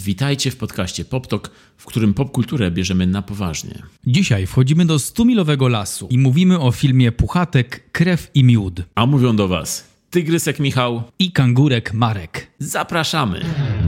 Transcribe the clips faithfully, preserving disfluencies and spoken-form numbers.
Witajcie w podcaście PopTok, w którym popkulturę bierzemy na poważnie. Dzisiaj wchodzimy do stumilowego lasu i mówimy o filmie Puchatek, krew i miód. A mówią do was Tygrysek Michał i Kangurek Marek. Zapraszamy!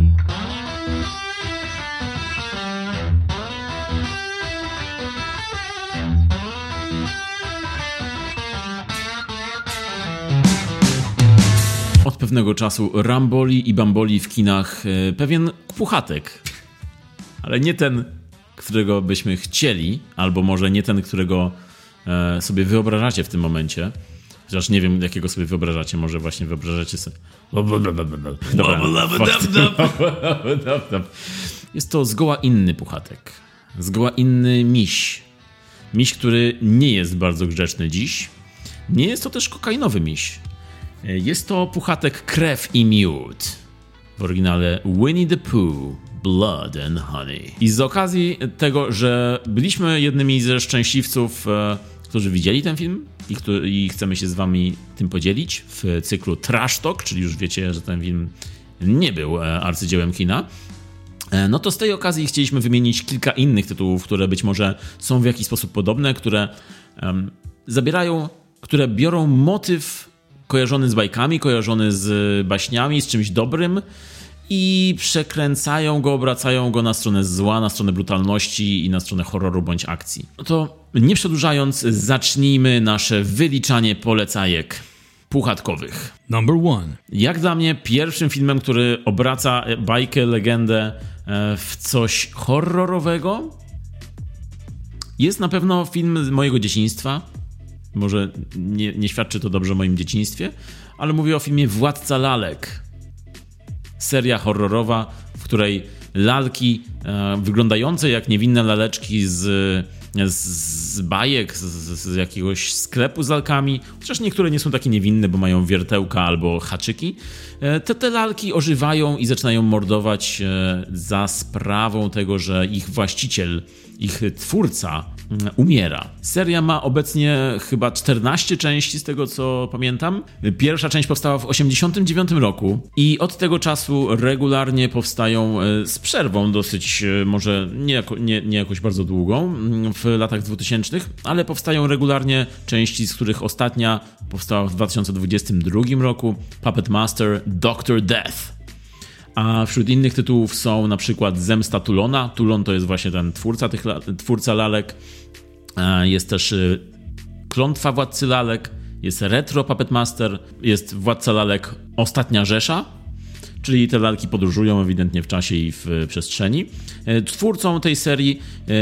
Od pewnego czasu ramboli i bamboli w kinach e, pewien Puchatek. Ale nie ten, którego byśmy chcieli, albo może nie ten, którego e, sobie wyobrażacie w tym momencie. Chociaż nie wiem, jakiego sobie wyobrażacie. Może właśnie wyobrażacie sobie... Dobra. Jest to zgoła inny Puchatek. Zgoła inny miś. Miś, który nie jest bardzo grzeczny dziś. Nie jest to też kokainowy miś. Jest to Puchatek, krew i miód. W oryginale Winnie the Pooh, Blood and Honey. I z okazji tego, że byliśmy jednymi ze szczęśliwców, e, którzy widzieli ten film i, który, i chcemy się z wami tym podzielić w cyklu Trash Talk, czyli już wiecie, że ten film nie był e, arcydziełem kina, e, no to z tej okazji chcieliśmy wymienić kilka innych tytułów, które być może są w jakiś sposób podobne, które e, zabierają, które biorą motyw kojarzony z bajkami, kojarzony z baśniami, z czymś dobrym i przekręcają go, obracają go na stronę zła, na stronę brutalności i na stronę horroru bądź akcji. No to nie przedłużając, zacznijmy nasze wyliczanie polecajek puchatkowych. Number one. Jak dla mnie pierwszym filmem, który obraca bajkę, legendę w coś horrorowego, jest na pewno film z mojego dzieciństwa. Może nie, nie świadczy to dobrze o moim dzieciństwie, ale mówię o filmie Władca lalek. Seria horrorowa, w której lalki e, wyglądające jak niewinne laleczki z, z, z bajek, z, z jakiegoś sklepu z lalkami, chociaż niektóre nie są takie niewinne, bo mają wiertełka albo haczyki, e, te, te lalki ożywają i zaczynają mordować e, za sprawą tego, że ich właściciel, ich twórca umiera. Seria ma obecnie chyba czternaście części z tego, co pamiętam. Pierwsza część powstała w osiemdziesiątym dziewiątym roku i od tego czasu regularnie powstają z przerwą dosyć, może nie, jako, nie, nie jakoś bardzo długą, w latach dwutysięcznych, ale powstają regularnie części, z których ostatnia powstała w dwa tysiące dwudziestym drugim roku, Puppet Master, doktor Death. A wśród innych tytułów są na przykład Zemsta Tulona. Tulon to jest właśnie ten twórca tych twórca lalek. Jest też Klątwa Władcy Lalek, jest Retro Puppet Master, jest Władca Lalek Ostatnia Rzesza, czyli te lalki podróżują ewidentnie w czasie i w przestrzeni. Twórcą tej serii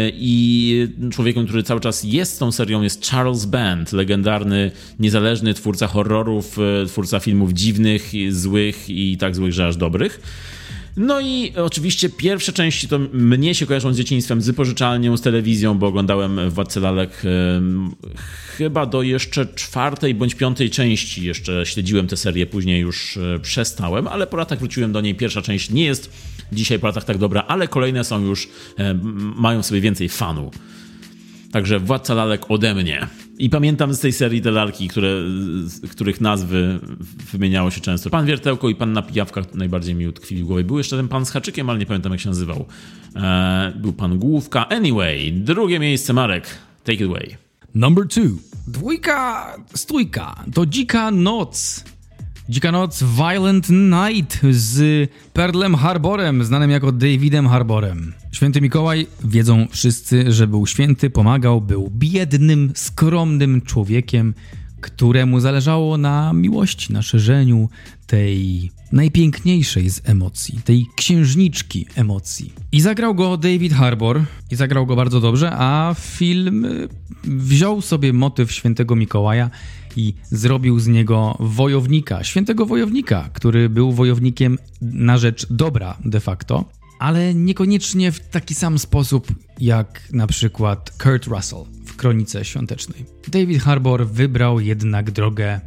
i człowiekiem, który cały czas jest tą serią, jest Charles Band, legendarny, niezależny twórca horrorów, twórca filmów dziwnych, złych i tak złych, że aż dobrych. No i oczywiście pierwsze części to mnie się kojarzą z dzieciństwem, z wypożyczalnią, z telewizją, bo oglądałem Władcę Lalek e, chyba do jeszcze czwartej bądź piątej części. Jeszcze śledziłem tę serię, później już e, przestałem, ale po latach wróciłem do niej. Pierwsza część nie jest dzisiaj po latach tak dobra, ale kolejne są już, e, mają w sobie więcej fanu. Także Władca Lalek ode mnie. I pamiętam z tej serii te lalki, które, których nazwy wymieniało się często. Pan Wiertełko i Panna Pijawka najbardziej mi utkwili w głowie. Był jeszcze ten pan z haczykiem, ale nie pamiętam jak się nazywał. Eee, był pan Główka. Anyway, drugie miejsce, Marek. Take it away. Number two. Dwójka, stójka. To Dzika Noc. Dzika Noc Violent Night z Pearlem Harborem, znanym jako Davidem Harborem. Święty Mikołaj, wiedzą wszyscy, że był święty, pomagał, był biednym, skromnym człowiekiem, któremu zależało na miłości, na szerzeniu tej najpiękniejszej z emocji, tej księżniczki emocji. I zagrał go David Harbour i zagrał go bardzo dobrze, a film wziął sobie motyw Świętego Mikołaja i zrobił z niego wojownika, świętego wojownika, który był wojownikiem na rzecz dobra de facto, ale niekoniecznie w taki sam sposób jak na przykład Kurt Russell w Kronice Świątecznej. David Harbour wybrał jednak drogę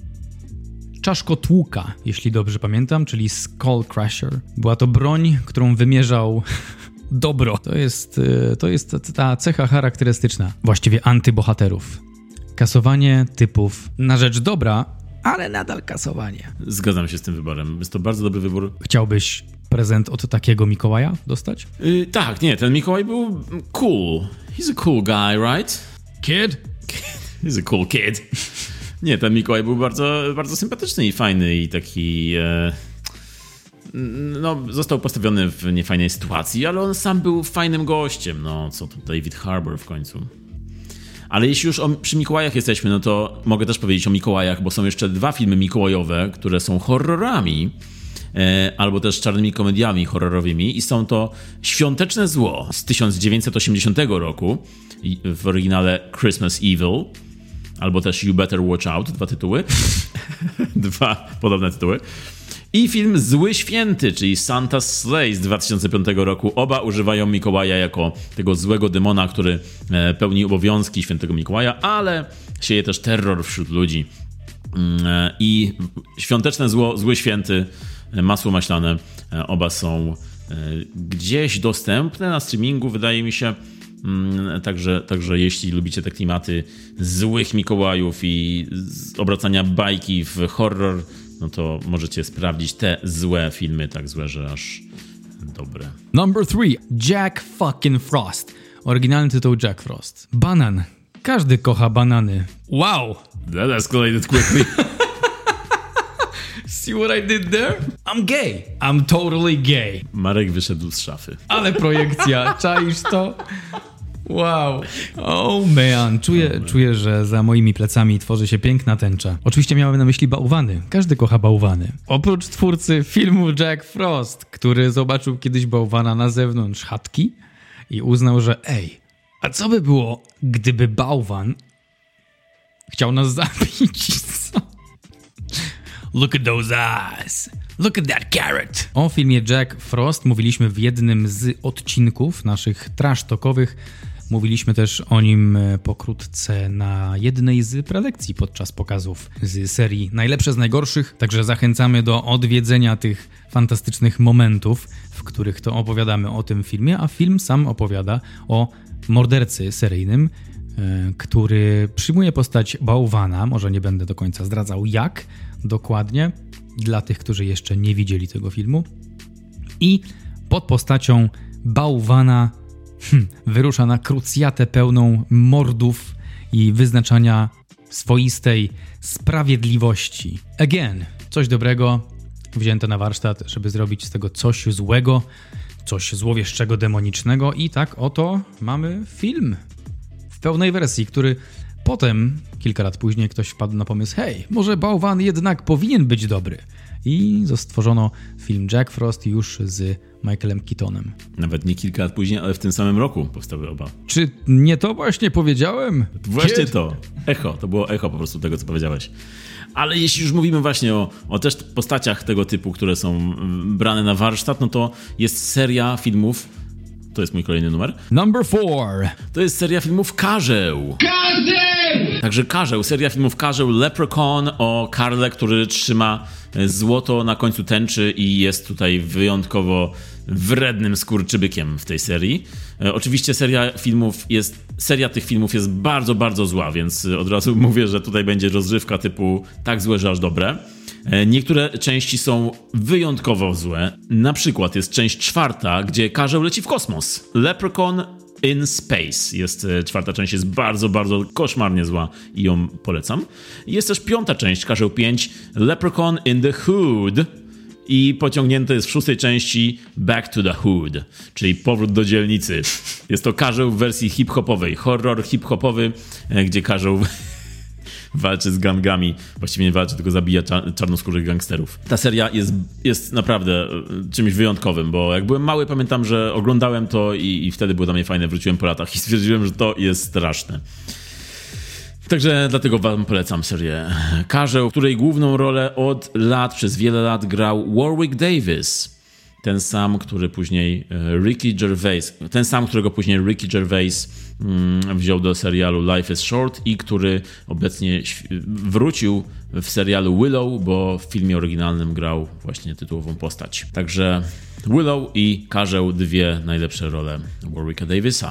czaszkotłuka, jeśli dobrze pamiętam, czyli Skull Crusher. Była to broń, którą wymierzał dobro. To jest, to jest ta cecha charakterystyczna właściwie antybohaterów. Kasowanie typów na rzecz dobra, ale nadal kasowanie. Zgadzam się z tym wyborem. Jest to bardzo dobry wybór. Chciałbyś prezent od takiego Mikołaja dostać? Yy, tak, nie, ten Mikołaj był cool. He's a cool guy, right? Kid? He's a cool kid. Nie, ten Mikołaj był bardzo, bardzo sympatyczny i fajny i taki... E... No, został postawiony w niefajnej sytuacji, ale on sam był fajnym gościem. No, co tu David Harbour w końcu. Ale jeśli już o, przy Mikołajach jesteśmy, no to mogę też powiedzieć o Mikołajach, bo są jeszcze dwa filmy mikołajowe, które są horrorami, e, albo też czarnymi komediami horrorowymi i są to Świąteczne Zło z tysiąc dziewięćset osiemdziesiątego roku, w oryginale Christmas Evil, albo też You Better Watch Out, dwa tytuły, dwa podobne tytuły. I film Zły Święty, czyli Santa's Slay z dwa tysiące piątego roku. Oba używają Mikołaja jako tego złego demona, który pełni obowiązki świętego Mikołaja, ale sieje też terror wśród ludzi. I Świąteczne Zło, Zły Święty, Masło Maślane, oba są gdzieś dostępne na streamingu, wydaje mi się. Także, także jeśli lubicie te klimaty złych Mikołajów i obracania bajki w horror, no to możecie sprawdzić te złe filmy, tak złe, że aż dobre. Number three. Jack fucking Frost. Oryginalny tytuł Jack Frost. Banan. Każdy kocha banany. Wow! That escalated quickly. See what I did there? I'm gay. I'm totally gay. Marek wyszedł z szafy. Ale projekcja. Czaisz to? Wow. Oh man. Czuję, oh man. Czuję, że za moimi plecami tworzy się piękna tęcza. Oczywiście miałem na myśli bałwany. Każdy kocha bałwany. Oprócz twórcy filmu Jack Frost, który zobaczył kiedyś bałwana na zewnątrz chatki i uznał, że ej, a co by było, gdyby bałwan chciał nas zabić? Look at those eyes. Look at that carrot. O filmie Jack Frost mówiliśmy w jednym z odcinków naszych trash talkowych. Mówiliśmy też o nim pokrótce na jednej z prelekcji podczas pokazów z serii Najlepsze z najgorszych. Także zachęcamy do odwiedzenia tych fantastycznych momentów, w których to opowiadamy o tym filmie, a film sam opowiada o mordercy seryjnym, który przyjmuje postać bałwana. Może nie będę do końca zdradzał jak dokładnie, dla tych, którzy jeszcze nie widzieli tego filmu. I pod postacią bałwana hmm, wyrusza na krucjatę pełną mordów i wyznaczania swoistej sprawiedliwości. Again, coś dobrego wzięte na warsztat, żeby zrobić z tego coś złego, coś złowieszczego, demonicznego i tak oto mamy film w pełnej wersji, który potem, kilka lat później, ktoś wpadł na pomysł, hej, może bałwan jednak powinien być dobry. I stworzono film Jack Frost już z Michaelem Keatonem. Nawet nie kilka lat później, ale w tym samym roku powstały oba. Czy nie to właśnie powiedziałem? Właśnie Kid? To. Echo. To było echo po prostu tego, co powiedziałeś. Ale jeśli już mówimy właśnie o, o też postaciach tego typu, które są brane na warsztat, no to jest seria filmów. To jest mój kolejny numer. Number four. To jest seria filmów Karzeł. Karzeł! Także Karzeł, seria filmów Karzeł, Leprechaun o Karle, który trzyma złoto na końcu tęczy i jest tutaj wyjątkowo wrednym skurczybykiem w tej serii. E, oczywiście seria filmów jest, seria tych filmów jest bardzo, bardzo zła, więc od razu mówię, że tutaj będzie rozrywka typu tak złe, że aż dobre. Niektóre części są wyjątkowo złe. Na przykład jest część czwarta, gdzie Karzeł leci w kosmos. Leprechaun in Space. Jest czwarta część, jest bardzo, bardzo koszmarnie zła i ją polecam. Jest też piąta część, Karzeł pięć, Leprechaun in the Hood. I pociągnięte jest w szóstej części Back to the Hood, czyli powrót do dzielnicy. Jest to Karzeł w wersji hip-hopowej. Horror hip-hopowy, gdzie Karzeł walczy z gangami. Właściwie nie walczy, tylko zabija czar- czarnoskórych gangsterów. Ta seria jest, jest naprawdę czymś wyjątkowym, bo jak byłem mały, pamiętam, że oglądałem to i, i wtedy było dla mnie fajne. Wróciłem po latach i stwierdziłem, że to jest straszne. Także dlatego wam polecam serię Karzeł, w której główną rolę od lat, przez wiele lat grał Warwick Davis. Ten sam, który później Ricky Gervais, ten sam, którego później Ricky Gervais mm, wziął do serialu Life is Short i który obecnie wrócił w serialu Willow, bo w filmie oryginalnym grał właśnie tytułową postać. Także Willow i Karzeł, dwie najlepsze role Warwicka Davisa.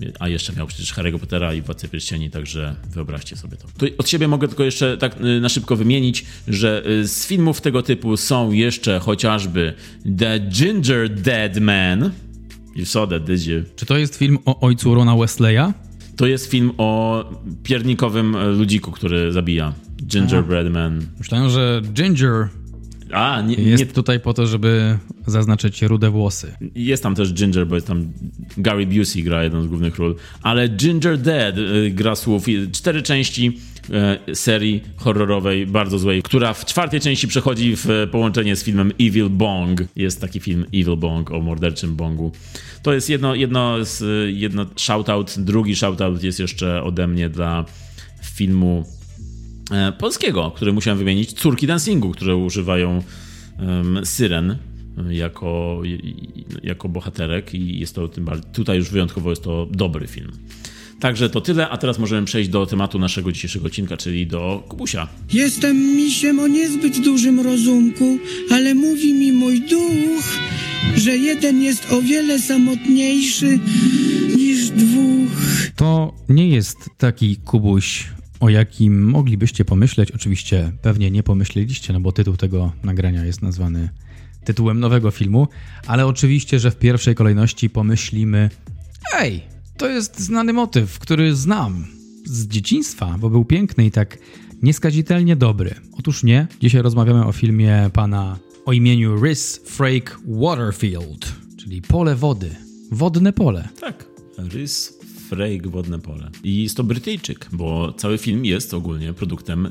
a jeszcze miał przecież Harry'ego Pottera i Władcę Pierścieni, także wyobraźcie sobie to. To od siebie mogę tylko jeszcze tak na szybko wymienić, że z filmów tego typu są jeszcze chociażby The Ginger Dead Man. You saw that, did you? Czy to jest film o ojcu Rona Wesleya? To jest film o piernikowym ludziku, który zabija. Gingerbread Man. Myślałem, że Ginger A, nie, jest nie... tutaj po to, żeby zaznaczyć rude włosy. Jest tam też Ginger, bo jest tam Gary Busey gra jedną z głównych ról. Ale Ginger Dead y, gra słów. Cztery części y, serii horrorowej, bardzo złej, która w czwartej części przechodzi w połączenie z filmem Evil Bong. Jest taki film Evil Bong o morderczym bongu. To jest jedno, jedno, z, jedno shoutout. Drugi shoutout jest jeszcze ode mnie dla filmu e, polskiego, który musiałem wymienić. Córki dancingu, które używają um, syren jako, jako bohaterek i jest to tym bardziej, tutaj już wyjątkowo jest to dobry film. Także to tyle, a teraz możemy przejść do tematu naszego dzisiejszego odcinka, czyli do Kubusia. Jestem misiem o niezbyt dużym rozumku, ale mówi mi mój duch, że jeden jest o wiele samotniejszy niż dwóch. To nie jest taki Kubuś, o jakim moglibyście pomyśleć. Oczywiście pewnie nie pomyśleliście, no bo tytuł tego nagrania jest nazwany tytułem nowego filmu, ale oczywiście, że w pierwszej kolejności pomyślimy: ej, to jest znany motyw, który znam z dzieciństwa, bo był piękny i tak nieskazitelnie dobry. Otóż nie, dzisiaj rozmawiamy o filmie pana o imieniu Rhys Frake Waterfield, czyli Pole Wody, Wodne Pole. Tak, Rhys Frake Wodne Pole. I jest to Brytyjczyk, bo cały film jest ogólnie produktem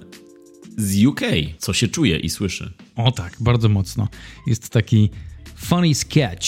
z U K, co się czuje i słyszy. O tak, bardzo mocno. Jest taki funny sketch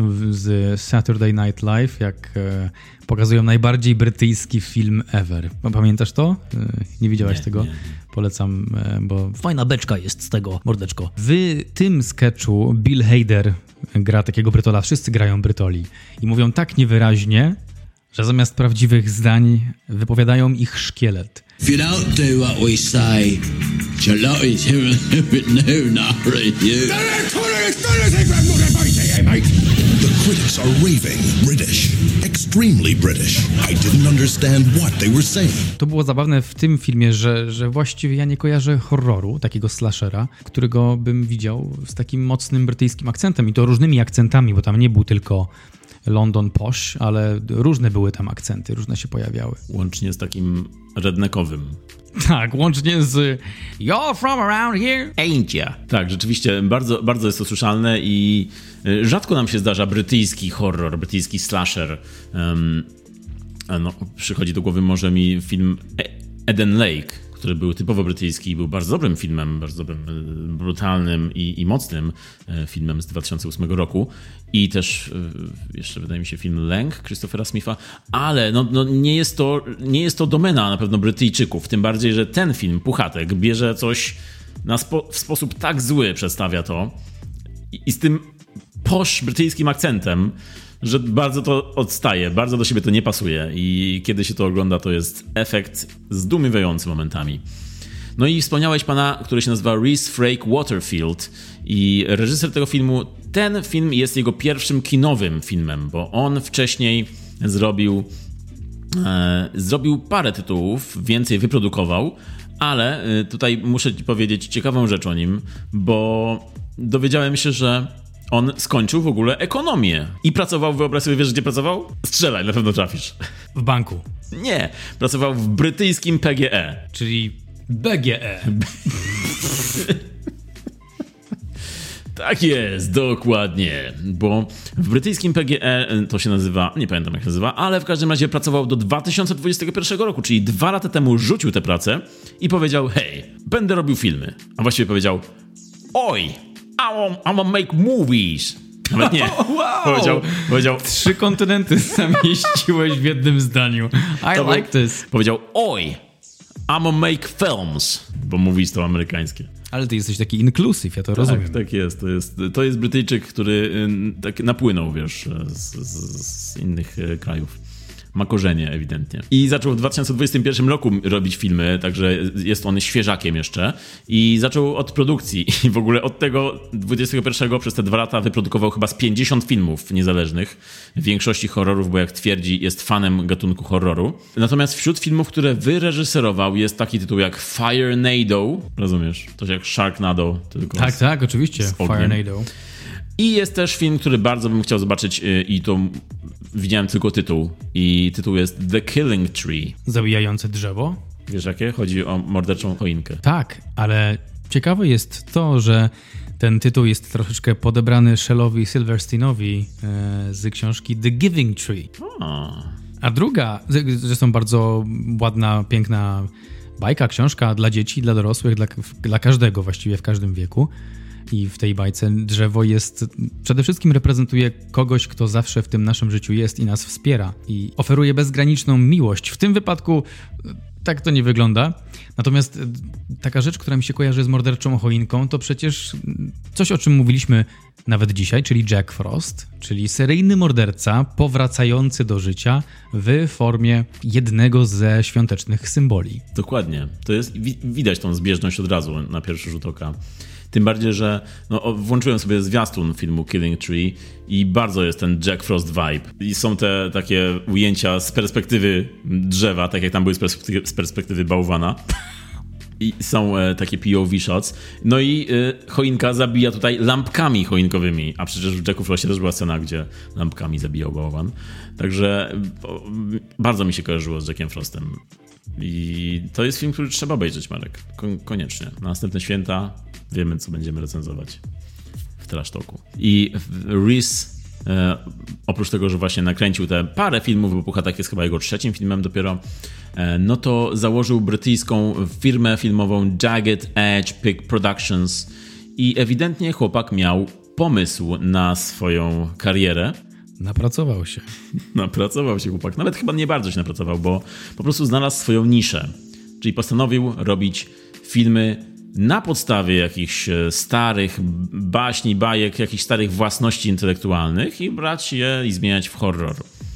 z Saturday Night Live, jak e, pokazują najbardziej brytyjski film ever. Pamiętasz to? E, nie widziałaś nie, tego? Nie, nie. Polecam, e, bo fajna beczka jest z tego, mordeczko. W tym sketchu Bill Hader gra takiego Brytola. Wszyscy grają Brytoli i mówią tak niewyraźnie, że zamiast prawdziwych zdań wypowiadają ich szkielet. If you don't do what we say, Charlotte's here with no not you. The critics are raving British, extremely British. I didn't understand what they were saying. To było zabawne w tym filmie, że, że właściwie ja nie kojarzę horroru, takiego slashera, którego bym widział z takim mocnym brytyjskim akcentem i to różnymi akcentami, bo tam nie był tylko London posh, ale różne były tam akcenty, różne się pojawiały. Łącznie z takim redneckowym. Tak, łącznie z You're from around here? Ain't ya? Tak, rzeczywiście bardzo, bardzo jest to słyszalne i rzadko nam się zdarza brytyjski horror, brytyjski slasher. Um, no, przychodzi do głowy może mi film Eden Lake, który był typowo brytyjski i był bardzo dobrym filmem, bardzo dobrym, brutalnym i, i mocnym filmem z dwa tysiące ósmego roku. I też jeszcze wydaje mi się film Lęk Christophera Smitha, ale no, no nie, jest to, nie jest to domena na pewno Brytyjczyków, tym bardziej, że ten film, Puchatek, bierze coś na spo, w sposób tak zły, przedstawia to i, i z tym posh brytyjskim akcentem, że bardzo to odstaje, bardzo do siebie to nie pasuje i kiedy się to ogląda, to jest efekt zdumiewający momentami. No i wspomniałeś pana, który się nazywa Rhys Frake Waterfield i reżyser tego filmu. Ten film jest jego pierwszym kinowym filmem, bo on wcześniej zrobił e, zrobił parę tytułów, więcej wyprodukował, ale e, tutaj muszę ci powiedzieć ciekawą rzecz o nim, bo dowiedziałem się, że on skończył w ogóle ekonomię i pracował, wyobraź sobie, wiesz gdzie pracował? Strzelaj, na pewno trafisz. W banku. Nie, pracował w brytyjskim P G E. Czyli B G E. Tak jest, dokładnie, bo w brytyjskim P G E to się nazywa, nie pamiętam jak się nazywa, ale w każdym razie pracował do dwa tysiące dwudziestego pierwszego roku, czyli dwa lata temu rzucił tę pracę i powiedział: hej, będę robił filmy. A właściwie powiedział: oj, I'm gonna make movies. Nawet nie. Wow. Powiedział, powiedział, Trzy kontynenty zamieściłeś w jednym zdaniu. I to like był, this. Powiedział: oj, I'm gonna make films, bo movies to amerykańskie. Ale ty jesteś taki inclusive, ja to rozumiem. Tak, tak jest. To, jest. to jest Brytyjczyk, który tak napłynął, wiesz, z, z, z innych krajów. ma korzenie ewidentnie. I zaczął w dwa tysiące dwudziestym pierwszym roku robić filmy, także jest on świeżakiem jeszcze. I zaczął od produkcji i w ogóle od tego dwudziestego pierwszego przez te dwa lata wyprodukował chyba z pięćdziesiąt filmów niezależnych. W większości horrorów, bo jak twierdzi, jest fanem gatunku horroru. Natomiast wśród filmów, które wyreżyserował, jest taki tytuł jak Firenado. Rozumiesz? To jak Sharknado. Tylko tak, z, tak, oczywiście. Firenado. I jest też film, który bardzo bym chciał zobaczyć i to widziałem tylko tytuł. I tytuł jest The Killing Tree. Zabijające drzewo? Wiesz jakie? Chodzi o morderczą choinkę. Tak, ale ciekawe jest to, że ten tytuł jest troszeczkę podebrany Shellowi Silversteinowi e, z książki The Giving Tree. A, A druga, zresztą bardzo ładna, piękna bajka, książka dla dzieci, dla dorosłych, dla, dla każdego właściwie w każdym wieku. I w tej bajce drzewo jest, przede wszystkim reprezentuje kogoś, kto zawsze w tym naszym życiu jest i nas wspiera i oferuje bezgraniczną miłość. W tym wypadku tak to nie wygląda. Natomiast taka rzecz, która mi się kojarzy z morderczą choinką, to przecież coś, o czym mówiliśmy nawet dzisiaj, czyli Jack Frost, czyli seryjny morderca powracający do życia w formie jednego ze świątecznych symboli. Dokładnie. To jest, widać tą zbieżność od razu na pierwszy rzut oka. Tym bardziej, że no, włączyłem sobie zwiastun filmu Killing Tree i bardzo jest ten Jack Frost vibe. I są te takie ujęcia z perspektywy drzewa, tak jak tam były z perspektywy, z perspektywy bałwana. I są e, takie P O V shots. No i e, choinka zabija tutaj lampkami choinkowymi. A przecież w Jacku Frostie też była scena, gdzie lampkami zabijał bałwan. Także o, bardzo mi się kojarzyło z Jackiem Frostem. I to jest film, który trzeba obejrzeć, Marek. Kon- koniecznie. Na następne święta wiemy, co będziemy recenzować w Trash Talku. I Reese, e, oprócz tego, że właśnie nakręcił te parę filmów, bo Puchatek jest chyba jego trzecim filmem dopiero, e, no to założył brytyjską firmę filmową Jagged Edge Pig Productions i ewidentnie chłopak miał pomysł na swoją karierę. Napracował się. Napracował się chłopak. Nawet chyba nie bardzo się napracował, bo po prostu znalazł swoją niszę. Czyli postanowił robić filmy na podstawie jakichś starych baśni, bajek, jakichś starych własności intelektualnych i brać je i zmieniać w horror.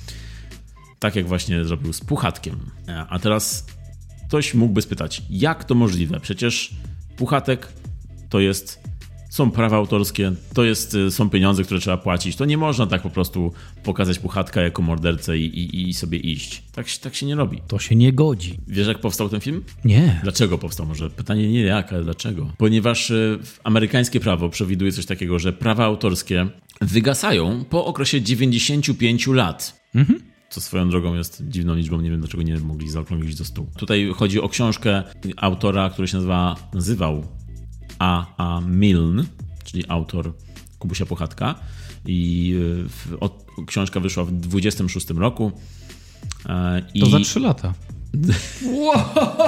Tak jak właśnie zrobił z Puchatkiem. A teraz ktoś mógłby spytać, jak to możliwe? Przecież Puchatek to jest... Są prawa autorskie, to jest, są pieniądze, które trzeba płacić. To nie można tak po prostu pokazać Puchatka jako mordercę i, i, i sobie iść. Tak, tak się nie robi. To się nie godzi. Wiesz, jak powstał ten film? Nie. Dlaczego powstał? Może pytanie nie jak, ale dlaczego? Ponieważ amerykańskie prawo przewiduje coś takiego, że prawa autorskie wygasają po okresie dziewięćdziesięciu pięciu lat. Mhm. Co swoją drogą jest dziwną liczbą, nie wiem dlaczego nie mogli zaokrąglić do stu. Tutaj chodzi o książkę autora, który się nazywa, nazywał A. A. Milne, czyli autor Kubusia Puchatka. I w, o, książka wyszła w dwudziestym szóstym roku. E, to i... za trzy lata. Wow,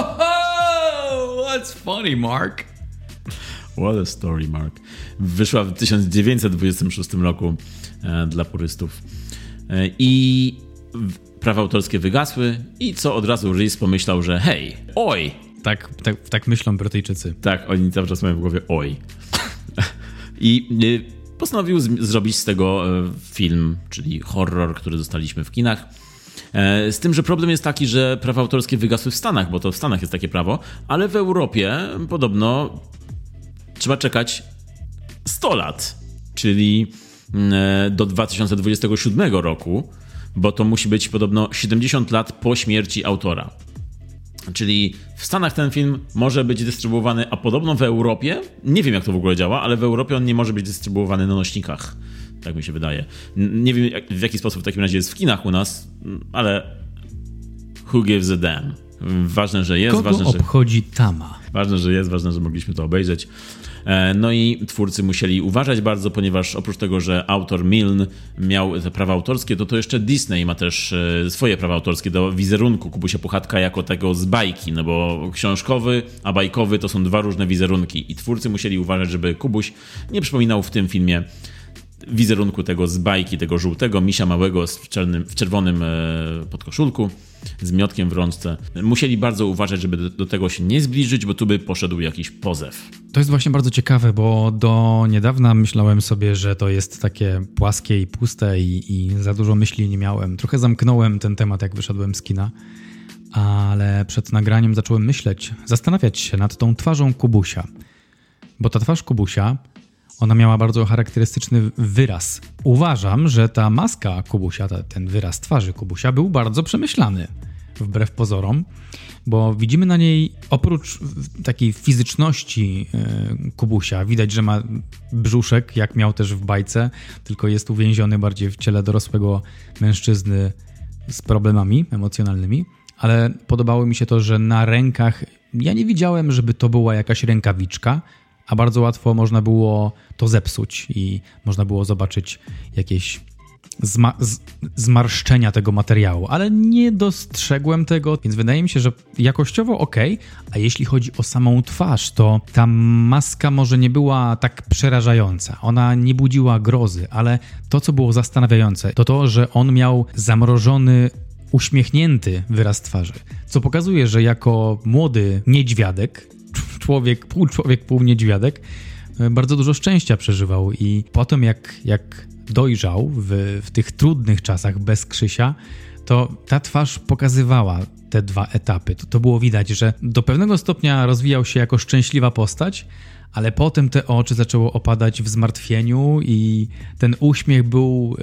that's funny, Mark. What a story, Mark. Wyszła w tysiąc dziewięćset dwudziestym szóstym roku e, dla purystów. E, I prawa autorskie wygasły i co od razu Reese pomyślał, że hej, oj, Tak, tak, tak myślą Brytyjczycy. Tak, oni cały czas mają w głowie oj. I postanowił z- zrobić z tego film, czyli horror, który dostaliśmy w kinach. Z tym, że problem jest taki, że prawa autorskie wygasły w Stanach, bo to w Stanach jest takie prawo, ale w Europie podobno trzeba czekać sto lat, czyli do dwa tysiące dwudziestego siódmego roku, bo to musi być podobno siedemdziesiąt lat po śmierci autora. Czyli w Stanach ten film może być dystrybuowany, a podobno w Europie, nie wiem jak to w ogóle działa, ale w Europie on nie może być dystrybuowany na nośnikach. Tak mi się wydaje. Nie wiem w jaki sposób w takim razie jest w kinach u nas, ale who gives a damn? Ważne, że jest. Kogo ważne, obchodzi tama? Ważne, że jest, ważne, że mogliśmy to obejrzeć. No i twórcy musieli uważać bardzo, ponieważ oprócz tego, że autor Milne miał te prawa autorskie, to to jeszcze Disney ma też swoje prawa autorskie do wizerunku Kubusia Puchatka jako tego z bajki, no bo książkowy, a bajkowy to są dwa różne wizerunki i twórcy musieli uważać, żeby Kubuś nie przypominał w tym filmie wizerunku tego z bajki, tego żółtego misia małego w, czernym, w czerwonym e, podkoszulku z miotkiem w rączce. Musieli bardzo uważać, żeby do, do tego się nie zbliżyć, bo tu by poszedł jakiś pozew. To jest właśnie bardzo ciekawe, bo do niedawna myślałem sobie, że to jest takie płaskie i puste i, i za dużo myśli nie miałem. Trochę zamknąłem ten temat, jak wyszedłem z kina, ale przed nagraniem zacząłem myśleć, zastanawiać się nad tą twarzą Kubusia. Bo ta twarz Kubusia, ona miała bardzo charakterystyczny wyraz. Uważam, że ta maska Kubusia, ta, ten wyraz twarzy Kubusia był bardzo przemyślany, wbrew pozorom, bo widzimy na niej, oprócz takiej fizyczności yy, Kubusia, widać, że ma brzuszek, jak miał też w bajce, tylko jest uwięziony bardziej w ciele dorosłego mężczyzny z problemami emocjonalnymi, ale podobało mi się to, że na rękach, ja nie widziałem, żeby to była jakaś rękawiczka, a bardzo łatwo można było to zepsuć i można było zobaczyć jakieś zma- z- zmarszczenia tego materiału, ale nie dostrzegłem tego, więc wydaje mi się, że jakościowo okej, a jeśli chodzi o samą twarz, to ta maska może nie była tak przerażająca, ona nie budziła grozy, ale to, co było zastanawiające, to to, że on miał zamrożony, uśmiechnięty wyraz twarzy, co pokazuje, że jako młody niedźwiadek, człowiek, pół człowiek, pół niedźwiadek, bardzo dużo szczęścia przeżywał i potem jak, jak dojrzał w, w tych trudnych czasach bez Krzysia, to ta twarz pokazywała te dwa etapy. To, to było widać, że do pewnego stopnia rozwijał się jako szczęśliwa postać, ale potem te oczy zaczęło opadać w zmartwieniu i ten uśmiech był,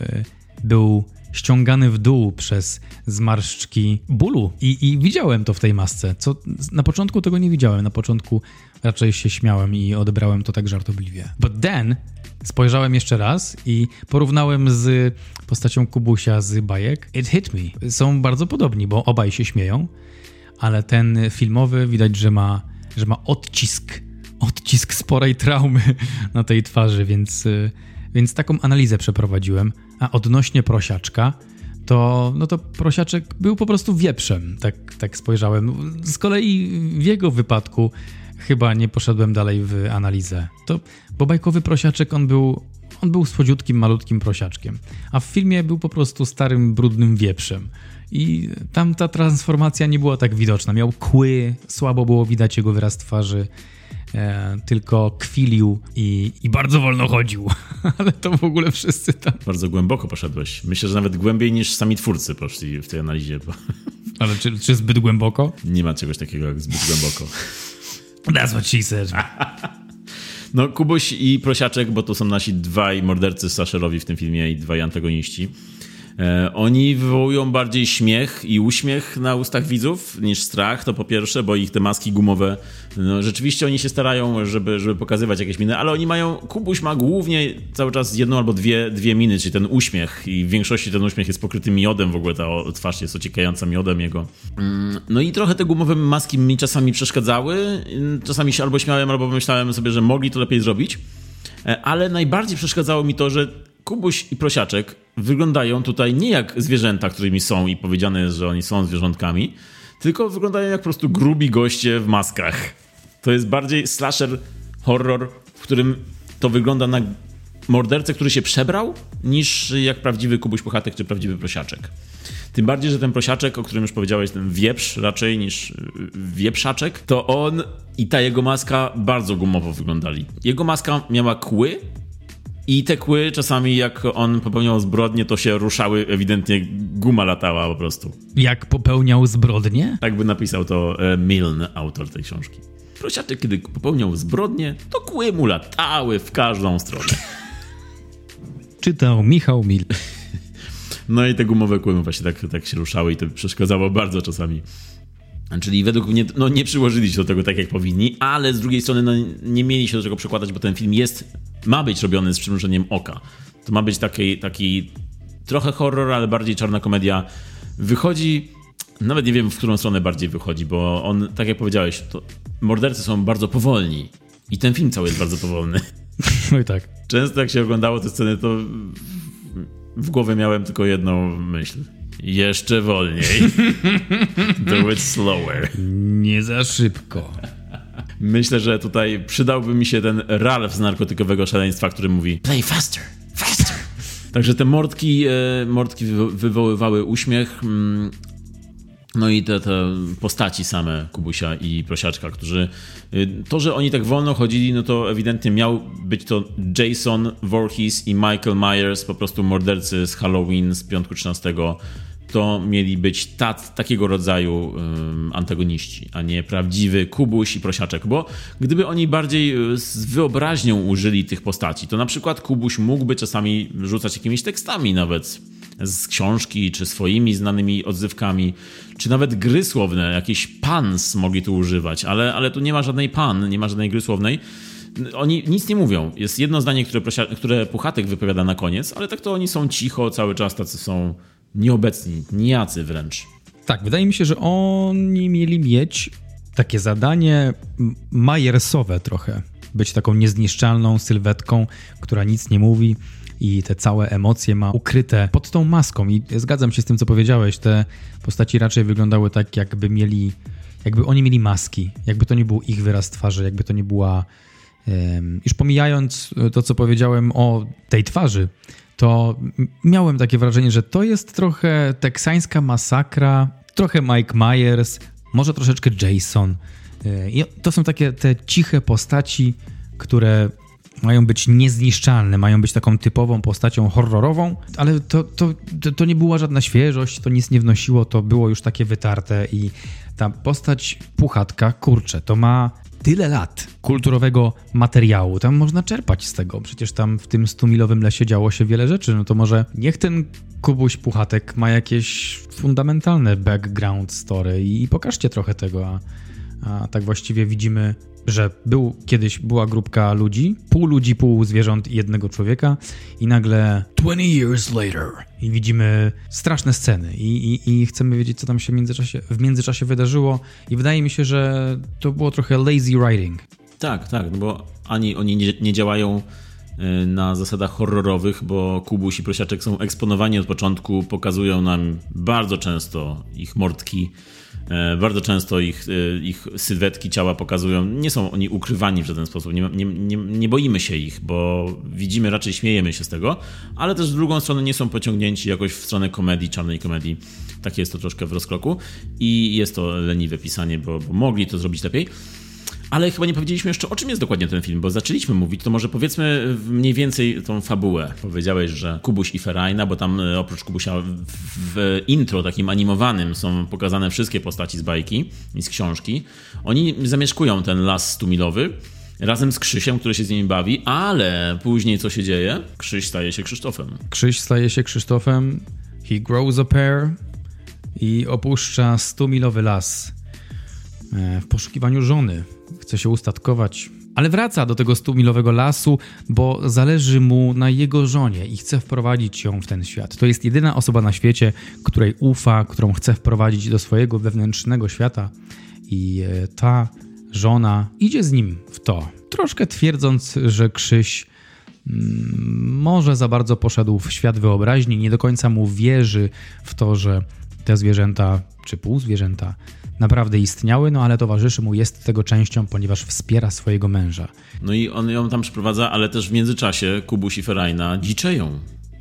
był ściągany w dół przez zmarszczki bólu. I, I widziałem to w tej masce, co na początku tego nie widziałem. Na początku raczej się śmiałem i odebrałem to tak żartobliwie. But then spojrzałem jeszcze raz i porównałem z postacią Kubusia z bajek. It hit me. Są bardzo podobni, bo obaj się śmieją, ale ten filmowy widać, że ma, że ma odcisk, odcisk sporej traumy na tej twarzy, więc, więc taką analizę przeprowadziłem. A odnośnie prosiaczka, to, no to prosiaczek był po prostu wieprzem, tak, tak spojrzałem. Z kolei w jego wypadku chyba nie poszedłem dalej w analizę. To, bo bajkowy prosiaczek, on był, on był słodziutkim, malutkim prosiaczkiem, a w filmie był po prostu starym, brudnym wieprzem. I tam ta transformacja nie była tak widoczna. Miał kły, słabo było widać jego wyraz twarzy, e, tylko kwilił i, i bardzo wolno chodził. Ale to w ogóle wszyscy tam... Bardzo głęboko poszedłeś. Myślę, że nawet głębiej niż sami twórcy poszli w tej analizie. Bo... Ale czy, czy zbyt głęboko? Nie ma czegoś takiego jak zbyt głęboko. That's what she said. No, Kubuś i Prosiaczek, bo to są nasi dwaj mordercy slasherowi w tym filmie i dwaj antagoniści. E, oni wywołują bardziej śmiech i uśmiech na ustach widzów niż strach, to po pierwsze, bo ich te maski gumowe, no, rzeczywiście oni się starają, żeby, żeby pokazywać jakieś miny, ale oni mają, Kubuś ma głównie cały czas jedną albo dwie, dwie miny, czyli ten uśmiech i w większości ten uśmiech jest pokryty miodem, w ogóle ta twarz jest ociekająca miodem jego. No i trochę te gumowe maski mi czasami przeszkadzały, czasami się albo śmiałem, albo pomyślałem sobie, że mogli to lepiej zrobić, ale najbardziej przeszkadzało mi to, że Kubuś i Prosiaczek wyglądają tutaj nie jak zwierzęta, którymi są i powiedziane jest, że oni są zwierzątkami, tylko wyglądają jak po prostu grubi goście w maskach. To jest bardziej slasher, horror, w którym to wygląda na mordercę, który się przebrał, niż jak prawdziwy Kubuś Puchatek czy prawdziwy Prosiaczek. Tym bardziej, że ten Prosiaczek, o którym już powiedziałeś, ten wieprz raczej niż wieprzaczek, to on i ta jego maska bardzo gumowo wyglądali. Jego maska miała kły, i te kły czasami jak on popełniał zbrodnie, to się ruszały, ewidentnie guma latała po prostu. Jak popełniał zbrodnie? Tak by napisał to e, Milne, autor tej książki. Prosiaczek, kiedy popełniał zbrodnie, to kły mu latały w każdą stronę. Czytał Michał Mil. No i te gumowe kły właśnie tak, tak się ruszały i to przeszkadzało bardzo czasami. Czyli według mnie no, nie przyłożyli się do tego tak, jak powinni, ale z drugiej strony no, nie mieli się do czego przekładać, bo ten film jest, ma być robiony z przymrużeniem oka. To ma być taki, taki trochę horror, ale bardziej czarna komedia. Wychodzi, nawet nie wiem, w którą stronę bardziej wychodzi, bo on, tak jak powiedziałeś, to mordercy są bardzo powolni i ten film cały jest bardzo powolny. No i tak. Często jak się oglądało te sceny, to w głowie miałem tylko jedną myśl. Jeszcze wolniej. Do it slower. Nie za szybko. Myślę, że tutaj przydałby mi się ten Ralph z Narkotykowego Szaleństwa, który mówi play faster, faster. Także te mordki, mordki wywoływały uśmiech. No i te, te postaci same Kubusia i Prosiaczka, którzy... To, że oni tak wolno chodzili, no to ewidentnie miał być to Jason Voorhees i Michael Myers, po prostu mordercy z Halloween z piątku trzynastego. To mieli być tat, takiego rodzaju um, antagoniści, a nie prawdziwy Kubuś i Prosiaczek. Bo gdyby oni bardziej z wyobraźnią użyli tych postaci, to na przykład Kubuś mógłby czasami rzucać jakimiś tekstami nawet z książki, czy swoimi znanymi odzywkami, czy nawet gry słowne, jakieś puns mogli tu używać, ale, ale tu nie ma żadnej pun, nie ma żadnej gry słownej. Oni nic nie mówią. Jest jedno zdanie, które, Prosia- które Puchatek wypowiada na koniec, ale tak to oni są cicho cały czas, tacy są nieobecni, nijacy wręcz. Tak, wydaje mi się, że oni mieli mieć takie zadanie Myersowe trochę. Być taką niezniszczalną sylwetką, która nic nie mówi i te całe emocje ma ukryte pod tą maską. I zgadzam się z tym, co powiedziałeś. Te postaci raczej wyglądały tak, jakby mieli, jakby oni mieli maski. Jakby to nie był ich wyraz twarzy, jakby to nie była... Um, już pomijając to, co powiedziałem o tej twarzy, to miałem takie wrażenie, że to jest trochę teksańska masakra, trochę Mike Myers, może troszeczkę Jason. I to są takie te ciche postaci, które mają być niezniszczalne, mają być taką typową postacią horrorową, ale to, to, to nie była żadna świeżość, to nic nie wnosiło, to było już takie wytarte i ta postać Puchatka, kurczę, to ma tyle lat kulturowego materiału, tam można czerpać z tego, przecież tam w tym stumilowym lesie działo się wiele rzeczy, no to może niech ten Kubuś Puchatek ma jakieś fundamentalne background story i, i pokażcie trochę tego, a, a tak właściwie widzimy, że był kiedyś była grupka ludzi, pół ludzi, pół zwierząt i jednego człowieka i nagle twenty years later i widzimy straszne sceny i, i, i chcemy wiedzieć, co tam się w międzyczasie, w międzyczasie wydarzyło i wydaje mi się, że to było trochę lazy writing. Tak, tak, no bo ani oni nie, nie działają na zasadach horrorowych, bo Kubuś i Prosiaczek są eksponowani od początku, pokazują nam bardzo często ich mordki, bardzo często ich, ich sylwetki ciała pokazują. Nie są oni ukrywani w żaden sposób, nie, nie, nie, nie boimy się ich, bo widzimy, raczej śmiejemy się z tego, ale też z drugą stronę nie są pociągnięci jakoś w stronę komedii, czarnej komedii. Takie jest to troszkę w rozkroku i jest to leniwe pisanie, bo, bo mogli to zrobić lepiej. Ale chyba nie powiedzieliśmy jeszcze, o czym jest dokładnie ten film, bo zaczęliśmy mówić, to może powiedzmy mniej więcej tą fabułę. Powiedziałeś, że Kubuś i Ferajna, bo tam oprócz Kubusia w, w intro takim animowanym są pokazane wszystkie postaci z bajki i z książki. Oni zamieszkują ten las stumilowy razem z Krzysiem, który się z nimi bawi, ale później co się dzieje? Krzyś staje się Krzysztofem. Krzyś staje się Krzysztofem, he grows a pair i opuszcza stumilowy las w poszukiwaniu żony. Chce się ustatkować, ale wraca do tego stumilowego lasu, bo zależy mu na jego żonie i chce wprowadzić ją w ten świat. To jest jedyna osoba na świecie, której ufa, którą chce wprowadzić do swojego wewnętrznego świata i ta żona idzie z nim w to. Troszkę twierdząc, że Krzyś mm, może za bardzo poszedł w świat wyobraźni, nie do końca mu wierzy w to, że te zwierzęta, czy półzwierzęta naprawdę istniały, no ale towarzyszy mu, jest tego częścią, ponieważ wspiera swojego męża. No i on ją tam przyprowadza, ale też w międzyczasie Kubuś i Ferajna dziczeją,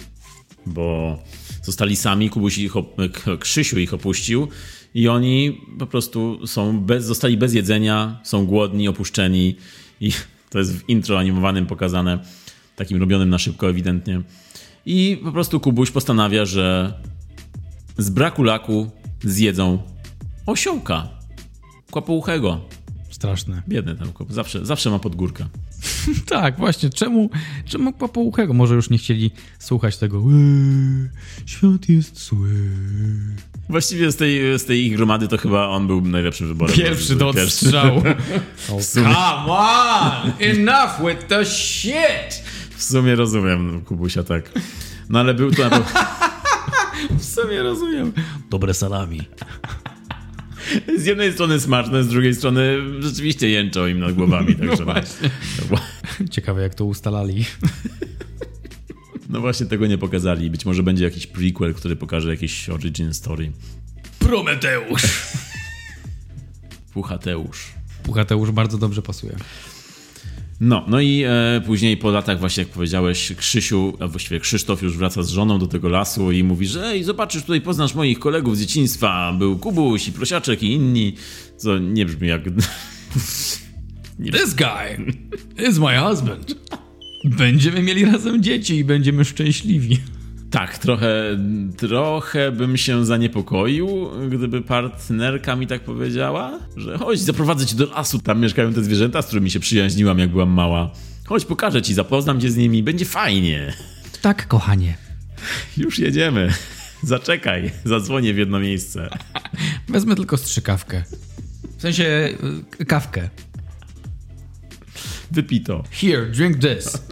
bo zostali sami, Kubuś ich op- Krzysiu ich opuścił i oni po prostu są bez, zostali bez jedzenia, są głodni, opuszczeni i to jest w intro animowanym pokazane, takim robionym na szybko ewidentnie. I po prostu Kubuś postanawia, że z braku laku zjedzą osiołka, kłapouchego. Straszne. Biedny ten kłop. Zawsze, zawsze ma podgórkę. Tak, właśnie. Czemu, czemu kłapouchego? Może już nie chcieli słuchać tego eee, świat jest zły. Właściwie z tej, z tej ich gromady to chyba on był najlepszym wyborem. Pierwszy do odstrzału. Come on! Enough with the shit! W sumie rozumiem Kubusia, tak. No ale był to na pewno... W sumie rozumiem. Dobre salami. Z jednej strony smaczne, z drugiej strony rzeczywiście jęczą im nad głowami. Także no właśnie. Ciekawe jak to ustalali. No właśnie tego nie pokazali. Być może będzie jakiś prequel, który pokaże jakiś origin story. Prometeusz. Puchateusz. Puchateusz bardzo dobrze pasuje. No, no i e, później po latach właśnie, jak powiedziałeś, Krzysiu, a właściwie Krzysztof już wraca z żoną do tego lasu i mówi, że ej, zobaczysz, tutaj poznasz moich kolegów z dzieciństwa. Był Kubuś i Prosiaczek i inni, co nie brzmi jak... nie This guy is my husband. Będziemy mieli razem dzieci i będziemy szczęśliwi. Tak, trochę, trochę bym się zaniepokoił, gdyby partnerka mi tak powiedziała, że chodź, zaprowadzę cię do lasu, tam mieszkają te zwierzęta, z którymi się przyjaźniłam, jak byłam mała. Chodź, pokażę ci, zapoznam cię z nimi, będzie fajnie. Tak, kochanie. Już jedziemy. Zaczekaj, zadzwonię w jedno miejsce. Wezmę tylko strzykawkę. W sensie y, kawkę. Wypij to. Here, drink this.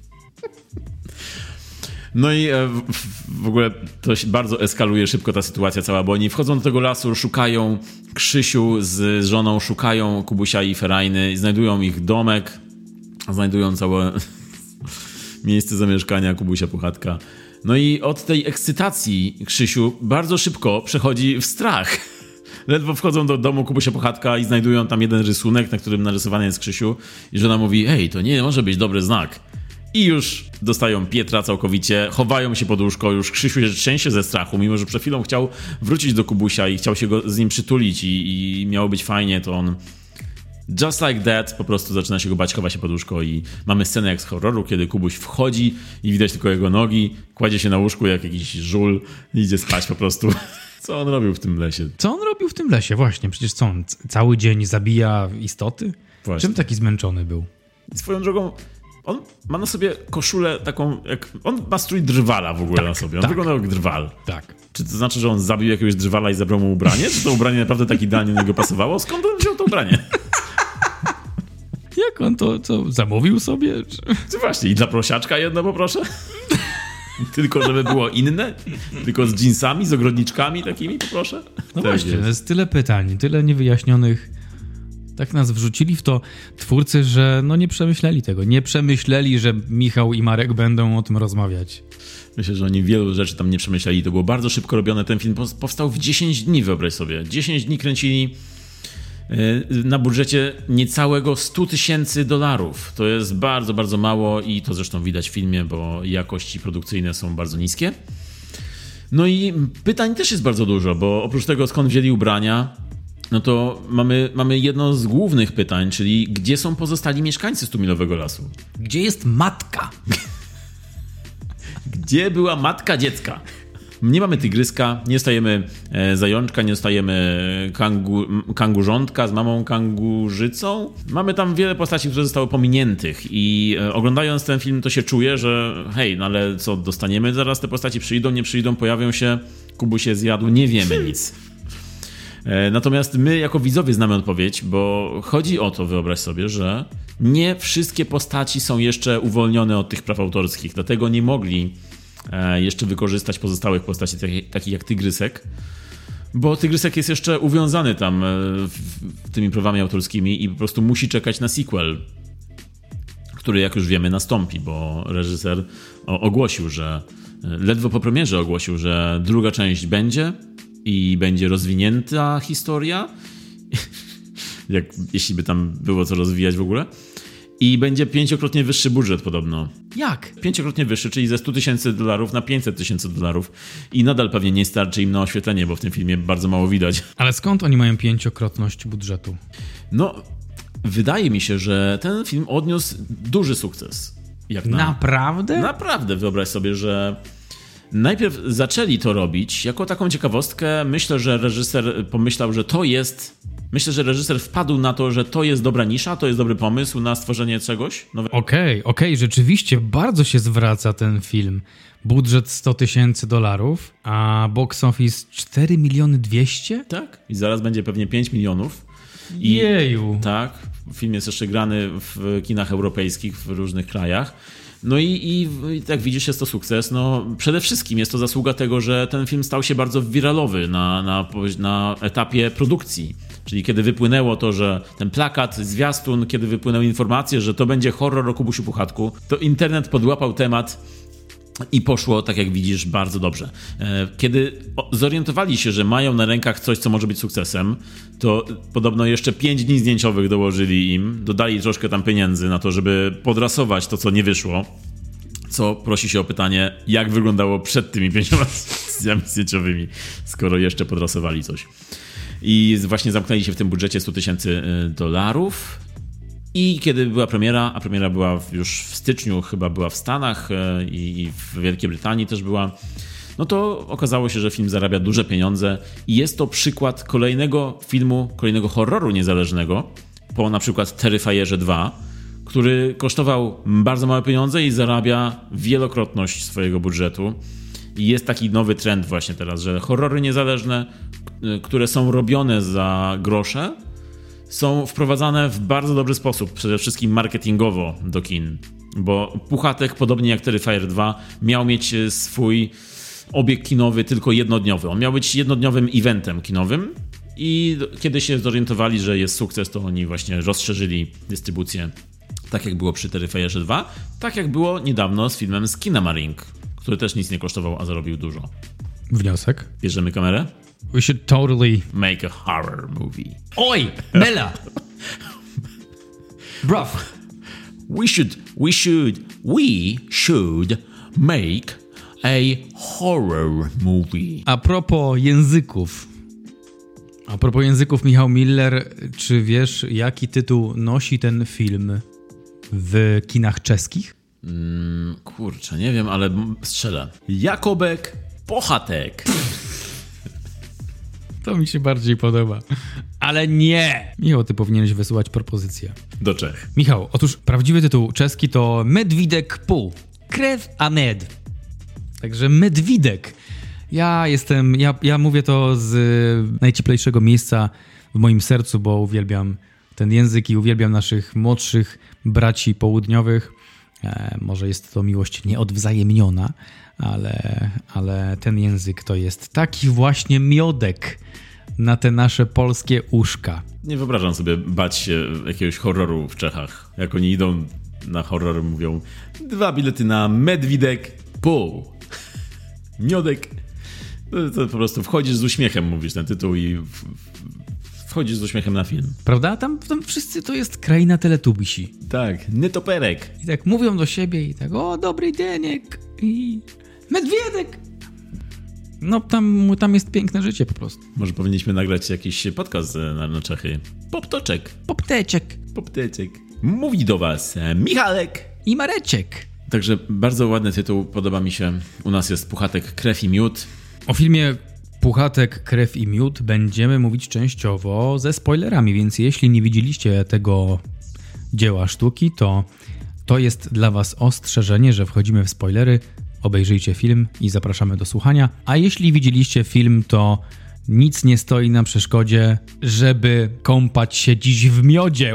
No i w, w ogóle to się bardzo eskaluje szybko ta sytuacja cała, bo oni wchodzą do tego lasu, szukają Krzysiu z żoną, szukają Kubusia i Ferajny, znajdują ich domek, znajdują całe miejsce zamieszkania Kubusia Puchatka. No i od tej ekscytacji Krzysiu bardzo szybko przechodzi w strach. Ledwo wchodzą do domu Kubusia Puchatka i znajdują tam jeden rysunek, na którym narysowany jest Krzysiu i żona mówi, ej, to nie może być dobry znak. I już dostają Pietra całkowicie, chowają się pod łóżko, już Krzysiu się trzęsie ze strachu, mimo że przed chwilą chciał wrócić do Kubusia i chciał się go z nim przytulić i, i miało być fajnie, to on just like that po prostu zaczyna się go bać, chowa się pod łóżko i mamy scenę jak z horroru, kiedy Kubuś wchodzi i widać tylko jego nogi, kładzie się na łóżku jak jakiś żul i idzie spać po prostu. Co on robił w tym lesie? Co on robił w tym lesie? Właśnie, przecież co on cały dzień zabija istoty? Właśnie. Czym taki zmęczony był? Swoją drogą, on ma na sobie koszulę taką, jak... On ma strój drwala w ogóle tak, na sobie. On tak. wygląda jak drwal. Tak. Czy to znaczy, że on zabił jakiegoś drwala i zabrał mu ubranie? Czy to ubranie naprawdę tak idealnie na niego pasowało? Skąd on wziął to ubranie? Jak on to, co, zamówił sobie? Czy... Czy właśnie, i dla Prosiaczka jedno poproszę? Tylko żeby było inne? Tylko z dżinsami, z ogrodniczkami takimi poproszę? No tak właśnie, jest. jest tyle pytań, tyle niewyjaśnionych. Tak nas wrzucili w to twórcy, że no nie przemyśleli tego. Nie przemyśleli, że Michał i Marek będą o tym rozmawiać. Myślę, że oni wielu rzeczy tam nie przemyśleli. To było bardzo szybko robione. Ten film powstał w dziesięć dni, wyobraź sobie. dziesięć dni kręcili na budżecie niecałego sto tysięcy dolarów. To jest bardzo, bardzo mało i to zresztą widać w filmie, bo jakości produkcyjne są bardzo niskie. No i pytań też jest bardzo dużo, bo oprócz tego, skąd wzięli ubrania, no to mamy, mamy jedno z głównych pytań, czyli gdzie są pozostali mieszkańcy Stumilowego Lasu? Gdzie jest matka? Gdzie była matka dziecka? Nie mamy tygryska, nie dostajemy e, zajączka, nie dostajemy kangu, kangurzątka z mamą kangurzycą. Mamy tam wiele postaci, które zostały pominiętych i e, oglądając ten film to się czuje, że hej, no ale co, dostaniemy zaraz te postaci, przyjdą, nie przyjdą, pojawią się, Kubuś się zjadł, nie wiemy nic. E, natomiast my jako widzowie znamy odpowiedź, bo chodzi o to, wyobraź sobie, że nie wszystkie postaci są jeszcze uwolnione od tych praw autorskich, dlatego nie mogli jeszcze wykorzystać pozostałych postaci, takich jak Tygrysek, bo Tygrysek jest jeszcze uwiązany tam tymi prawami autorskimi i po prostu musi czekać na sequel, który, jak już wiemy, nastąpi, bo reżyser ogłosił, że ledwo po premierze ogłosił, że druga część będzie i będzie rozwinięta historia, jak, jeśli by tam było co rozwijać w ogóle. I będzie pięciokrotnie wyższy budżet podobno. Jak? Pięciokrotnie wyższy, czyli ze sto tysięcy dolarów na pięćset tysięcy dolarów. I nadal pewnie nie starczy im na oświetlenie, bo w tym filmie bardzo mało widać. Ale skąd oni mają pięciokrotność budżetu? No, wydaje mi się, że ten film odniósł duży sukces. Jak na... Naprawdę? Naprawdę, wyobraź sobie, że najpierw zaczęli to robić jako taką ciekawostkę. Myślę, że reżyser pomyślał, że to jest... Myślę, że reżyser wpadł na to, że to jest dobra nisza, to jest dobry pomysł na stworzenie czegoś nowego. Okej, okay, okej, okay, rzeczywiście bardzo się zwraca ten film. Budżet sto tysięcy dolarów, a box office cztery miliony dwieście? Tak, i zaraz będzie pewnie pięć milionów. I, Jeju. Tak, film jest jeszcze grany w kinach europejskich w różnych krajach. No i, i, i tak widzisz, jest to sukces. No, przede wszystkim jest to zasługa tego, że ten film stał się bardzo wiralowy na, na, na etapie produkcji. Czyli kiedy wypłynęło to, że ten plakat, zwiastun, kiedy wypłynęły informacje, że to będzie horror o Kubusiu Puchatku, to internet podłapał temat I poszło, tak jak widzisz, bardzo dobrze. Kiedy zorientowali się, że mają na rękach coś, co może być sukcesem, to podobno jeszcze pięć dni zdjęciowych dołożyli im, dodali troszkę tam pieniędzy na to, żeby podrasować to, co nie wyszło. Co prosi się o pytanie, jak wyglądało przed tymi pięcioma sesjami zdjęciowymi, skoro jeszcze podrasowali coś. I właśnie zamknęli się w tym budżecie sto tysięcy dolarów. I kiedy była premiera, a premiera była już w styczniu, chyba była w Stanach i w Wielkiej Brytanii też była, no to okazało się, że film zarabia duże pieniądze i jest to przykład kolejnego filmu, kolejnego horroru niezależnego, po na przykład Terrifierze dwa, który kosztował bardzo małe pieniądze i zarabia wielokrotność swojego budżetu. I jest taki nowy trend właśnie teraz, że horrory niezależne, które są robione za grosze, są wprowadzane w bardzo dobry sposób, przede wszystkim marketingowo do kin. Bo Puchatek, podobnie jak Terrifier dwa, miał mieć swój obieg kinowy tylko jednodniowy. On miał być jednodniowym eventem kinowym i kiedy się zorientowali, że jest sukces, to oni właśnie rozszerzyli dystrybucję. Tak jak było przy Terrifierze dwa, tak jak było niedawno z filmem Skinamarink, który też nic nie kosztował, a zarobił dużo. Wniosek? Bierzemy kamerę? We should totally make a horror movie. Oj, Mela! Bruv. We should, we should, we should make a horror movie. A propos języków. A propos języków, Michał Miller, czy wiesz, jaki tytuł nosi ten film w kinach czeskich? Mm, kurczę, nie wiem, ale strzelę. Jakobek Puchatek. To mi się bardziej podoba. Ale nie! Michał, ty powinieneś wysyłać propozycję. Do Czech. Michał, otóż prawdziwy tytuł czeski to Medwidek Pół. Krew a med. Także Medwidek. Ja jestem, ja, ja mówię to z najcieplejszego miejsca w moim sercu, bo uwielbiam ten język i uwielbiam naszych młodszych braci południowych. E, może jest to miłość nieodwzajemniona, ale, ale ten język to jest taki właśnie miodek na te nasze polskie uszka. Nie wyobrażam sobie bać się jakiegoś horroru w Czechach. Jak oni idą na horror, mówią dwa bilety na Medwidek Pół. Miodek. To, to po prostu wchodzisz z uśmiechem, mówisz ten tytuł i w, w, wchodzisz z uśmiechem na film. Prawda? Tam, tam wszyscy to jest kraina teletubisi. Tak, Nytoperek. I tak mówią do siebie i tak, o, dobry deniek i Medwiedek. No tam, tam jest piękne życie po prostu. Może powinniśmy nagrać jakiś podcast na, na Czechy. Poptoczek. Popteczek. Popteczek. Mówi do was Michalek. I Mareczek. Także bardzo ładny tytuł, podoba mi się. U nas jest Puchatek, krew i miód. O filmie Puchatek, krew i miód będziemy mówić częściowo ze spoilerami, więc jeśli nie widzieliście tego dzieła sztuki, to to jest dla was ostrzeżenie, że wchodzimy w spoilery. Obejrzyjcie film i zapraszamy do słuchania. A jeśli widzieliście film, to nic nie stoi na przeszkodzie, żeby kąpać się dziś w miodzie.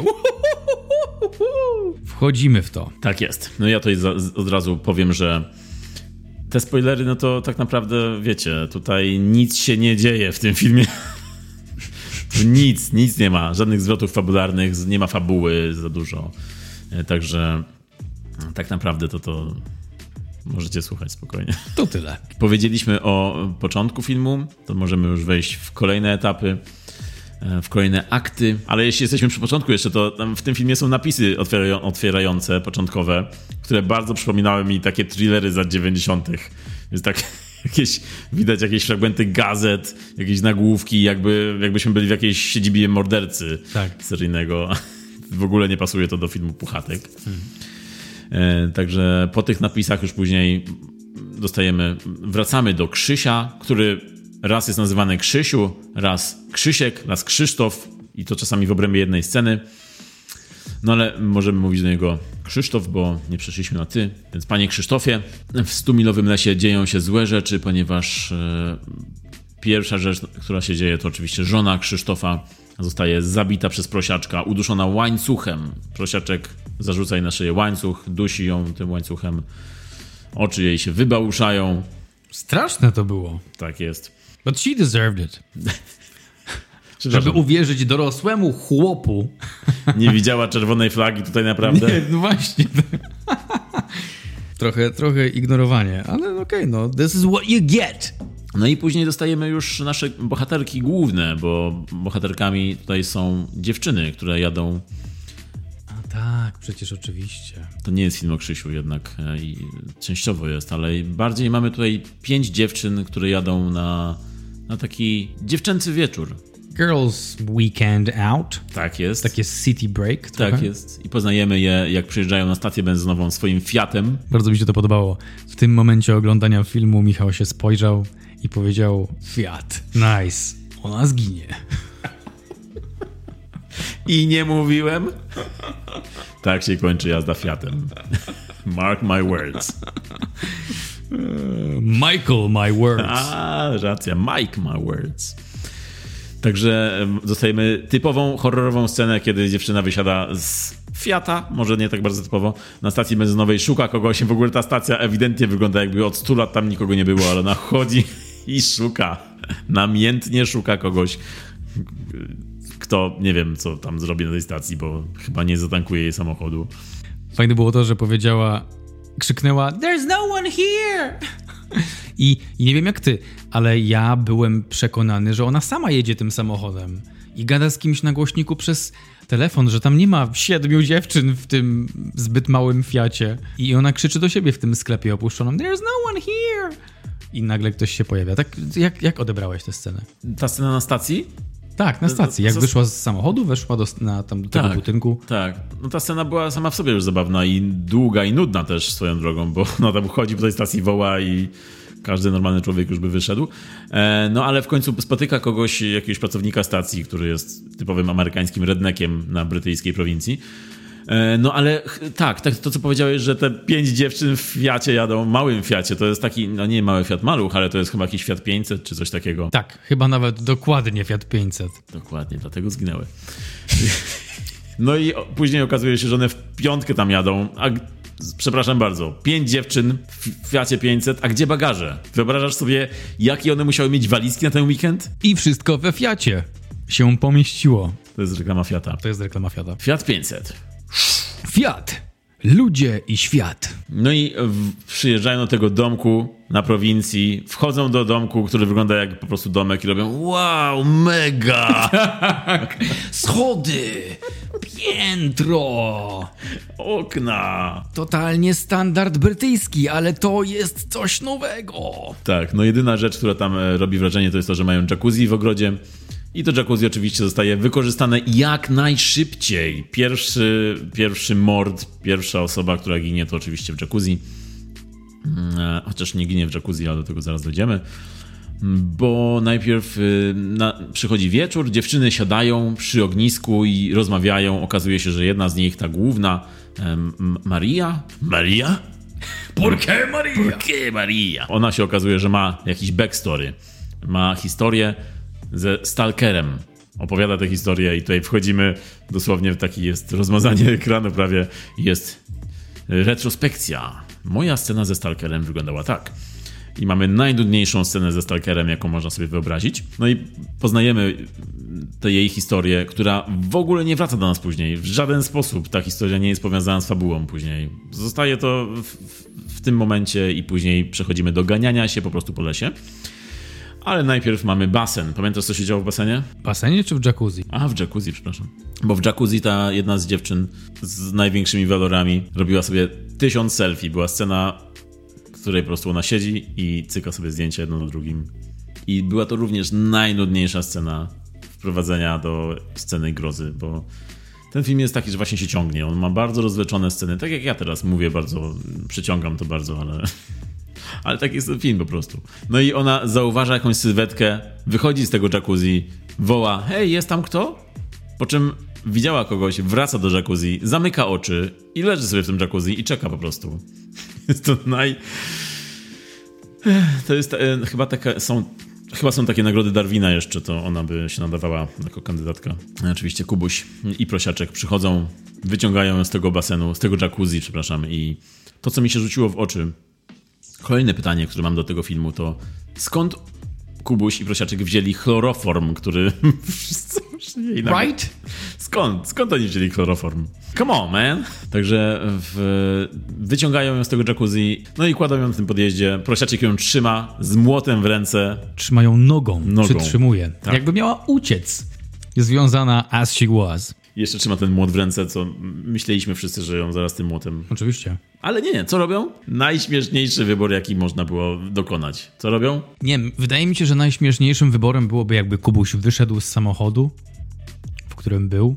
Wchodzimy w to. Tak jest. No ja tutaj od razu powiem, że te spoilery, no to tak naprawdę, wiecie, tutaj nic się nie dzieje w tym filmie. nic, nic nie ma. Żadnych zwrotów fabularnych, nie ma fabuły za dużo. Także tak naprawdę to to możecie słuchać spokojnie. To tyle. Powiedzieliśmy o początku filmu, to możemy już wejść w kolejne etapy, w kolejne akty, ale jeśli jesteśmy przy początku jeszcze, to tam w tym filmie są napisy otwierające, początkowe, które bardzo przypominały mi takie thrillery z lat dziewięćdziesiątych. Jest tak, jakieś, widać jakieś fragmenty gazet, jakieś nagłówki, jakby, jakbyśmy byli w jakiejś siedzibie mordercy tak. seryjnego. W ogóle nie pasuje to do filmu Puchatek. Hmm. E, także po tych napisach już później dostajemy, wracamy do Krzysia, który raz jest nazywany Krzysiu, raz Krzysiek, raz Krzysztof i to czasami w obrębie jednej sceny. No ale możemy mówić do niego Krzysztof, bo nie przeszliśmy na ty. Więc panie Krzysztofie, w stumilowym lesie dzieją się złe rzeczy, ponieważ e, pierwsza rzecz, która się dzieje, to oczywiście żona Krzysztofa zostaje zabita przez prosiaczka, uduszona łańcuchem. Prosiaczek zarzuca jej na szyję łańcuch, dusi ją tym łańcuchem. Oczy jej się wybałuszają. Straszne to było. Tak jest. But she deserved it. Żeby uwierzyć dorosłemu chłopu. Nie widziała czerwonej flagi tutaj naprawdę. Nie, no właśnie. trochę, trochę ignorowanie, ale okej, okay, no, this is what you get. No i później dostajemy już nasze bohaterki główne, bo bohaterkami tutaj są dziewczyny, które jadą... A tak, przecież oczywiście. To nie jest film o Krzysiu jednak i częściowo jest, ale bardziej mamy tutaj pięć dziewczyn, które jadą na, na taki dziewczęcy wieczór. Girls Weekend Out. Tak jest. Takie city break trochę. Tak jest. I poznajemy je, jak przyjeżdżają na stację benzynową swoim Fiatem. Bardzo mi się to podobało. W tym momencie oglądania filmu Michał się spojrzał i powiedział: Fiat, nice, ona zginie. I nie mówiłem. Tak się kończy jazda Fiatem. Mark my words. Michael my words. A, racja. Mike my words. Także dostajemy typową horrorową scenę, kiedy dziewczyna wysiada z Fiata, może nie tak bardzo typowo, na stacji benzynowej, szuka kogoś. W ogóle ta stacja ewidentnie wygląda, jakby od stu lat tam nikogo nie było, ale ona chodzi i szuka. Namiętnie szuka kogoś, kto nie wiem, co tam zrobi na tej stacji, bo chyba nie zatankuje jej samochodu. Fajne było to, że powiedziała, krzyknęła: There's no one here! I, I nie wiem jak ty, ale ja byłem przekonany, że ona sama jedzie tym samochodem i gada z kimś na głośniku przez telefon, że tam nie ma siedmiu dziewczyn w tym zbyt małym Fiacie. I ona krzyczy do siebie w tym sklepie opuszczonym: There's no one here! I nagle ktoś się pojawia. Tak, jak, jak odebrałeś tę scenę? Ta scena na stacji? Tak, na stacji. Jak wyszła z samochodu, weszła do, na, tam, do tego tak, budynku. Tak, no ta scena była sama w sobie już zabawna i długa i nudna też swoją drogą, bo ona tam chodzi po tej stacji, woła i każdy normalny człowiek już by wyszedł. E, no ale w końcu spotyka kogoś, jakiegoś pracownika stacji, który jest typowym amerykańskim redneckiem na brytyjskiej prowincji. E, no ale tak, tak, to co powiedziałeś, że te pięć dziewczyn w Fiacie jadą, małym Fiacie, to jest taki, no nie mały Fiat Maluch, ale to jest chyba jakiś Fiat pięćset czy coś takiego. Tak, chyba nawet dokładnie Fiat pięćset. Dokładnie, dlatego zginęły. No i później okazuje się, że one w piątkę tam jadą, a przepraszam bardzo, pięć dziewczyn w Fiacie pięćset, a gdzie bagaże? Wyobrażasz sobie, jakie one musiały mieć walizki na ten weekend? I wszystko we Fiacie się pomieściło. To jest reklama Fiata. To jest reklama Fiata. Fiat pięćset. Fiat. Ludzie i świat. No i w, przyjeżdżają do tego domku na prowincji, wchodzą do domku, który wygląda jak po prostu domek i robią: wow, mega! Schody, piętro, okna. Totalnie standard brytyjski, ale to jest coś nowego. Tak, no jedyna rzecz, która tam robi wrażenie, to jest to, że mają jacuzzi w ogrodzie. I to jacuzzi oczywiście zostaje wykorzystane jak najszybciej. Pierwszy, pierwszy mord, pierwsza osoba, która ginie, to oczywiście w jacuzzi. Chociaż nie ginie w jacuzzi, ale do tego zaraz dojdziemy. Bo najpierw na, przychodzi wieczór, dziewczyny siadają przy ognisku i rozmawiają. Okazuje się, że jedna z nich, ta główna, um, Maria? Maria? ¿Por qué Maria? ¿Por qué Maria? Ona się okazuje, że ma jakiś backstory. Ma historię ze stalkerem. Opowiada tę historię i tutaj wchodzimy dosłownie w taki jest rozmazanie ekranu prawie. Jest retrospekcja. Moja scena ze stalkerem wyglądała tak. I mamy najnudniejszą scenę ze stalkerem, jaką można sobie wyobrazić. No i poznajemy tę jej historię, która w ogóle nie wraca do nas później. W żaden sposób ta historia nie jest powiązana z fabułą później. Zostaje to w, w, w tym momencie i później przechodzimy do ganiania się po prostu po lesie. Ale najpierw mamy basen. Pamiętasz, co się działo w basenie? W basenie czy w jacuzzi? A, w jacuzzi, przepraszam. Bo w jacuzzi ta jedna z dziewczyn z największymi walorami robiła sobie tysiąc selfie. Była scena, w której po prostu ona siedzi i cyka sobie zdjęcia jedno do drugim. I była to również najnudniejsza scena wprowadzenia do sceny grozy, bo ten film jest taki, że właśnie się ciągnie. On ma bardzo rozwleczone sceny. Tak jak ja teraz mówię, bardzo przyciągam to bardzo, ale... Ale taki jest ten film po prostu. No i ona zauważa jakąś sylwetkę, wychodzi z tego jacuzzi, woła: hej, jest tam kto? Po czym widziała kogoś, wraca do jacuzzi, zamyka oczy i leży sobie w tym jacuzzi i czeka po prostu. Jest to naj... To jest e, chyba taka... Są, chyba są takie nagrody Darwina jeszcze, to ona by się nadawała jako kandydatka. Oczywiście Kubuś i Prosiaczek przychodzą, wyciągają ją z tego basenu, z tego jacuzzi, przepraszam, i to, co mi się rzuciło w oczy. Kolejne pytanie, które mam do tego filmu, to skąd Kubuś i Prosiaczek wzięli chloroform, który... Right? Skąd? Skąd oni wzięli chloroform? Come on, man! Także w... wyciągają ją z tego jacuzzi, no i kładą ją w tym podjeździe. Prosiaczek ją trzyma z młotem w ręce. Trzymają nogą, nogą. Przytrzymuje. Tak. Jakby miała uciec. Jest związana as she was. Jeszcze trzyma ten młot w ręce, co myśleliśmy wszyscy, że ją zaraz tym młotem... Oczywiście. Ale nie, co robią? Najśmieszniejszy wybór, jaki można było dokonać. Co robią? Nie, wydaje mi się, że najśmieszniejszym wyborem byłoby, jakby Kubuś wyszedł z samochodu, w którym był,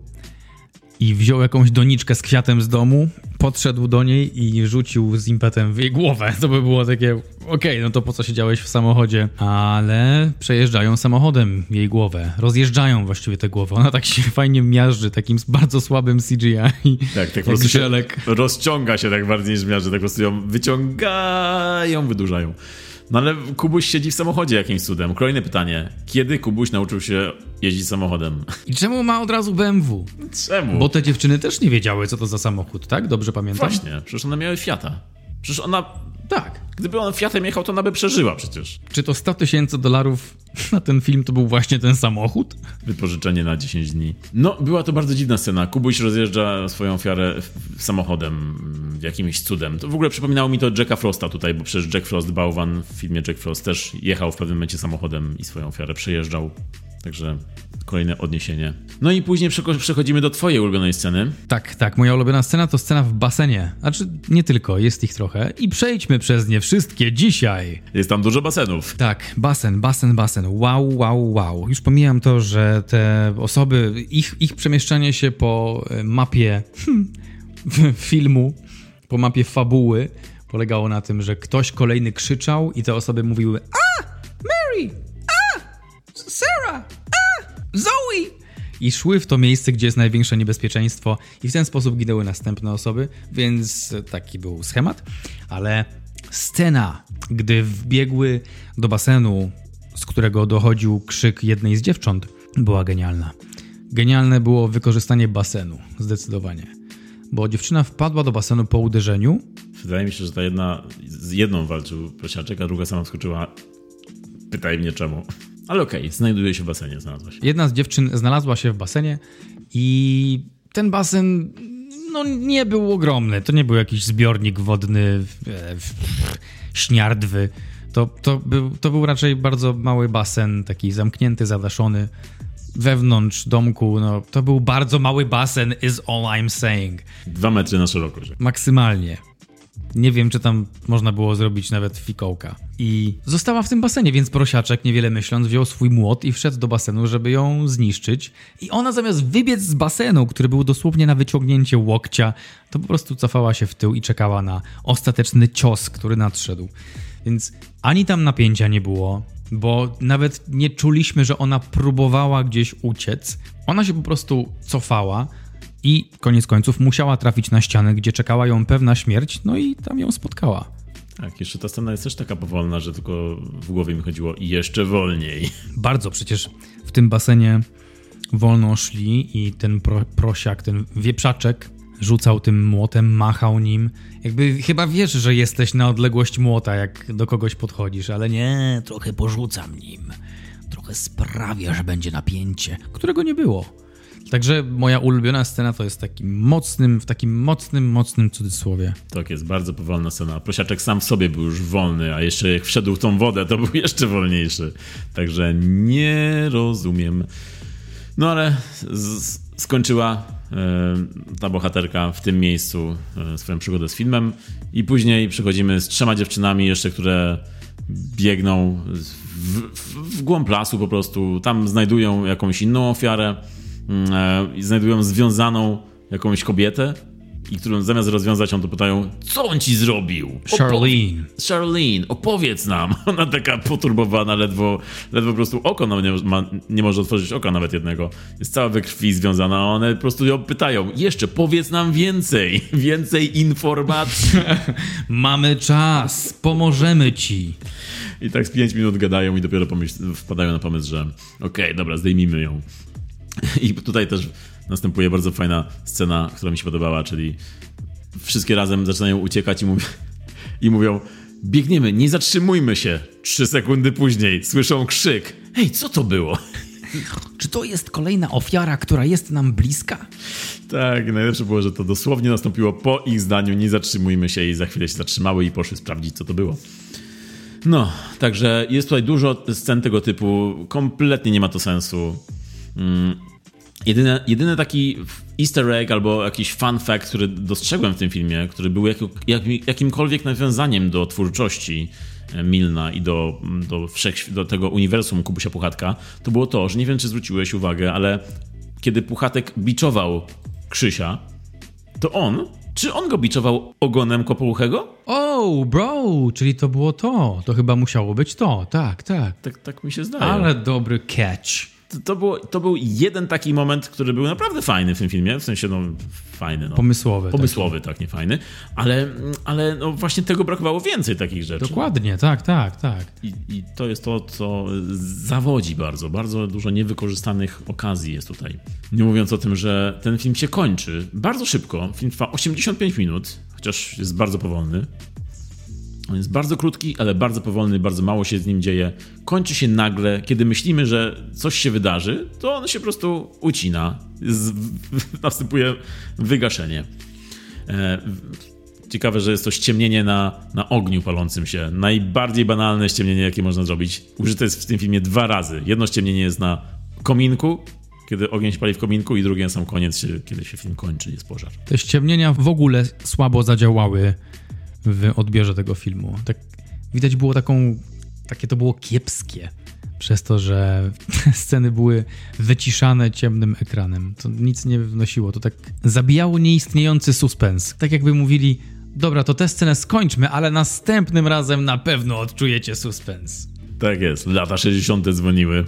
i wziął jakąś doniczkę z kwiatem z domu, podszedł do niej i rzucił z impetem w jej głowę. To by było takie, okej, okay, no to po co siedziałeś w samochodzie? Ale przejeżdżają samochodem jej głowę. Rozjeżdżają właściwie tę głowę. Ona tak się fajnie miażdży, takim bardzo słabym C G I. Tak, tak po prostu się rozciąga się tak bardziej niż miażdży. Tak po prostu ją wyciągają, wydłużają. No ale Kubuś siedzi w samochodzie jakimś cudem. Kolejne pytanie. Kiedy Kubuś nauczył się jeździć samochodem? I czemu ma od razu B M W? Czemu? Bo te dziewczyny też nie wiedziały, co to za samochód, tak? Dobrze pamiętam? Właśnie. Przecież one miały Fiata. Przecież ona... Tak. Gdyby on Fiatem jechał, to ona by przeżyła przecież. Czy to sto tysięcy dolarów na ten film to był właśnie ten samochód? Wypożyczenie na dziesięć dni. No, była to bardzo dziwna scena. Kubuś rozjeżdża swoją ofiarę samochodem jakimś cudem. To w ogóle przypominało mi to Jacka Frosta tutaj, bo przecież Jack Frost, bałwan w filmie Jack Frost też jechał w pewnym momencie samochodem i swoją ofiarę przejeżdżał. Także kolejne odniesienie. No i później przechodzimy do twojej ulubionej sceny. Tak, tak. Moja ulubiona scena to scena w basenie. Znaczy, nie tylko, jest ich trochę. I przejdźmy przez nie wszystkie dzisiaj. Jest tam dużo basenów. Tak, basen, basen, basen. Wow, wow, wow. Już pomijam to, że te osoby, ich, ich przemieszczanie się po mapie hmm, filmu, po mapie fabuły polegało na tym, że ktoś kolejny krzyczał i te osoby mówiły: a! Mary! A! Sarah! A! Zoe! I szły w to miejsce, gdzie jest największe niebezpieczeństwo i w ten sposób ginęły następne osoby, więc taki był schemat. Ale scena, gdy wbiegły do basenu, z którego dochodził krzyk jednej z dziewcząt, była genialna. Genialne było wykorzystanie basenu, zdecydowanie. Bo dziewczyna wpadła do basenu po uderzeniu. Wydaje mi się, że ta jedna, z jedną walczył prosiaczek, a druga sama wskoczyła. Pytaj mnie czemu. Ale okej, okay, znajduje się w basenie, znalazła się. Jedna z dziewczyn znalazła się w basenie i ten basen no nie był ogromny. To nie był jakiś zbiornik wodny, e, śniardwy. To, to, był, to był raczej bardzo mały basen, taki zamknięty, zadaszony. Wewnątrz domku, no to był bardzo mały basen, is all I'm saying. Dwa metry na szerokość. Maksymalnie. Nie wiem, czy tam można było zrobić nawet fikołka. I została w tym basenie, więc prosiaczek, niewiele myśląc, wziął swój młot i wszedł do basenu, żeby ją zniszczyć. I ona zamiast wybiec z basenu, który był dosłownie na wyciągnięcie łokcia, to po prostu cofała się w tył i czekała na ostateczny cios, który nadszedł. Więc ani tam napięcia nie było, bo nawet nie czuliśmy, że ona próbowała gdzieś uciec. Ona się po prostu cofała i koniec końców musiała trafić na ścianę, gdzie czekała ją pewna śmierć, no i tam ją spotkała. Tak, jeszcze ta scena jest też taka powolna, że tylko w głowie mi chodziło i jeszcze wolniej. Bardzo, przecież w tym basenie wolno szli i ten pro, prosiak, ten wieprzaczek rzucał tym młotem, machał nim. Jakby chyba wiesz, że jesteś na odległość młota, jak do kogoś podchodzisz, ale nie, trochę porzucam nim. Trochę sprawia, że będzie napięcie, którego nie było. Także moja ulubiona scena to jest takim mocnym, w takim mocnym, mocnym cudzysłowie. Tak, jest bardzo powolna scena. Prosiaczek sam w sobie był już wolny, a jeszcze jak wszedł w tą wodę, to był jeszcze wolniejszy. Także nie rozumiem. No ale z- skończyła e, ta bohaterka w tym miejscu e, swoją przygodę z filmem i później przechodzimy z trzema dziewczynami jeszcze, które biegną w, w, w głąb lasu po prostu. Tam znajdują jakąś inną ofiarę. I znajdują związaną jakąś kobietę i którą zamiast rozwiązać ją, to pytają: co on ci zrobił? Charlene. Opow- Charlene, opowiedz nam. Ona taka poturbowana, ledwo, ledwo po prostu oko nam nie, ma, nie może otworzyć oka nawet jednego. Jest cała we krwi związana, a one po prostu ją pytają: jeszcze powiedz nam więcej, więcej informacji. Mamy czas, pomożemy ci. I tak z pięć minut gadają i dopiero pomyśl, wpadają na pomysł, że okej, okay, dobra, zdejmijmy ją. I tutaj też następuje bardzo fajna scena, która mi się podobała, czyli wszystkie razem zaczynają uciekać i, mów- i mówią: biegniemy, nie zatrzymujmy się. Trzy sekundy później słyszą krzyk: hej, co to było? Czy to jest kolejna ofiara, która jest nam bliska? Tak, najlepsze było, że to dosłownie nastąpiło po ich zdaniu. Nie zatrzymujmy się i za chwilę się zatrzymały i poszły sprawdzić, co to było. No, także jest tutaj dużo scen tego typu. Kompletnie nie ma to sensu. Mm. Jedyny, jedyny taki easter egg albo jakiś fun fact, który dostrzegłem w tym filmie, który był jak, jak, jakimkolwiek nawiązaniem do twórczości Milna i do, do, wszech, do tego uniwersum Kubusia Puchatka, to było to, że nie wiem, czy zwróciłeś uwagę, ale kiedy Puchatek biczował Krzysia, to on, czy on go biczował ogonem Kopouchego? Oh, bro, czyli to było to. To chyba musiało być to, tak, tak. Tak, tak mi się zdaje. Ale dobry catch. To, to, było, to był jeden taki moment, który był naprawdę fajny w tym filmie, w sensie no fajny. No. Pomysłowy. Pomysłowy, tak, nie fajny, ale, ale no właśnie tego brakowało więcej takich rzeczy. Dokładnie, tak, tak, tak. I, I to jest to, co zawodzi bardzo, bardzo dużo niewykorzystanych okazji jest tutaj. Nie mówiąc o tym, że ten film się kończy bardzo szybko, film trwa osiemdziesiąt pięć minut, chociaż jest bardzo powolny. On jest bardzo krótki, ale bardzo powolny, bardzo mało się z nim dzieje. Kończy się nagle, kiedy myślimy, że coś się wydarzy, to on się po prostu ucina. Z, następuje wygaszenie. E, ciekawe, że jest to ściemnienie na, na ogniu palącym się. Najbardziej banalne ściemnienie, jakie można zrobić. Użyte jest w tym filmie dwa razy. Jedno ściemnienie jest na kominku, kiedy ogień się pali w kominku, i drugie na sam koniec, kiedy się film kończy, jest pożar. Te ściemnienia w ogóle słabo zadziałały w odbiorze tego filmu. Tak widać było taką, takie to było kiepskie, przez to, że sceny były wyciszane ciemnym ekranem. To nic nie wnosiło, to tak zabijało nieistniejący suspens. Tak jakby mówili, dobra, to tę scenę skończmy, ale następnym razem na pewno odczujecie suspens. Tak jest, lata sześćdziesiąte dzwoniły.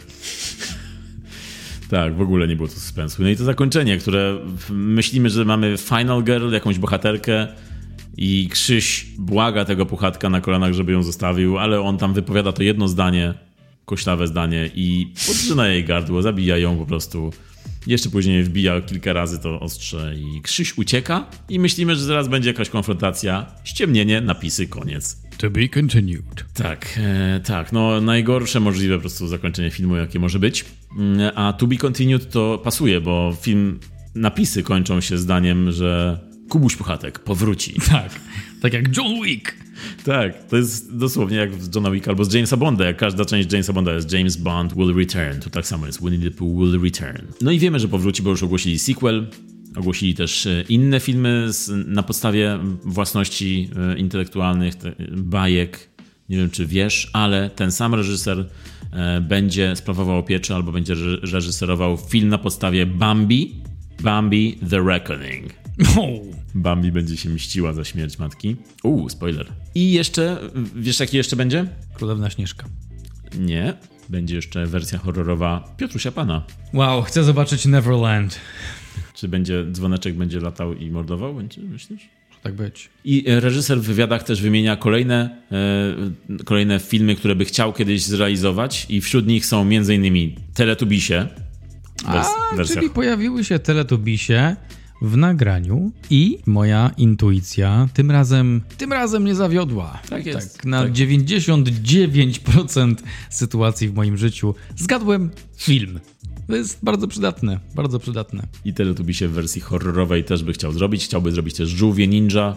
Tak, w ogóle nie było to suspensu. No i to zakończenie, które myślimy, że mamy final girl, jakąś bohaterkę, i Krzyś błaga tego Puchatka na kolanach, żeby ją zostawił, ale on tam wypowiada to jedno zdanie, koślawe zdanie, i podrzyna jej gardło, zabija ją po prostu. Jeszcze później wbija kilka razy to ostrze i Krzyś ucieka i myślimy, że zaraz będzie jakaś konfrontacja, ściemnienie, napisy, koniec. To be continued. Tak, e, tak, no najgorsze możliwe po prostu zakończenie filmu, jakie może być. A to be continued to pasuje, bo film, napisy kończą się zdaniem, że Kubuś Puchatek powróci. Tak, tak jak John Wick. Tak, to jest dosłownie jak z Johna Wicka albo z Jamesa Bonda. Jak każda część Jamesa Bonda jest James Bond will return. To tak samo jest, Winnie the Pooh will return. No i wiemy, że powróci, bo już ogłosili sequel. Ogłosili też inne filmy z, na podstawie własności intelektualnych, bajek. Nie wiem, czy wiesz, ale ten sam reżyser e, będzie sprawował pieczę albo będzie reżyserował film na podstawie Bambi. Bambi The Reckoning. Oh. Bambi będzie się mściła za śmierć matki. Uuu, spoiler. I jeszcze, wiesz jaki jeszcze będzie? Królewna Śnieżka. Nie, będzie jeszcze wersja horrorowa Piotrusia Pana. Wow, chcę zobaczyć Neverland. Czy będzie dzwoneczek będzie latał i mordował? Będzie, myślisz? Tak być. I reżyser w wywiadach też wymienia kolejne, e, kolejne filmy, które by chciał kiedyś zrealizować, i wśród nich są między innymi Teletubisie. Wers- A, wersja. Czyli pojawiły się Teletubisie w nagraniu i moja intuicja tym razem, tym razem nie zawiodła. Tak jest. Tak, na tak. dziewięćdziesiąt dziewięć procent sytuacji w moim życiu zgadłem film. To jest bardzo przydatne, bardzo przydatne. I Teletubisie w wersji horrorowej też by chciał zrobić. Chciałby zrobić też Żółwie Ninja.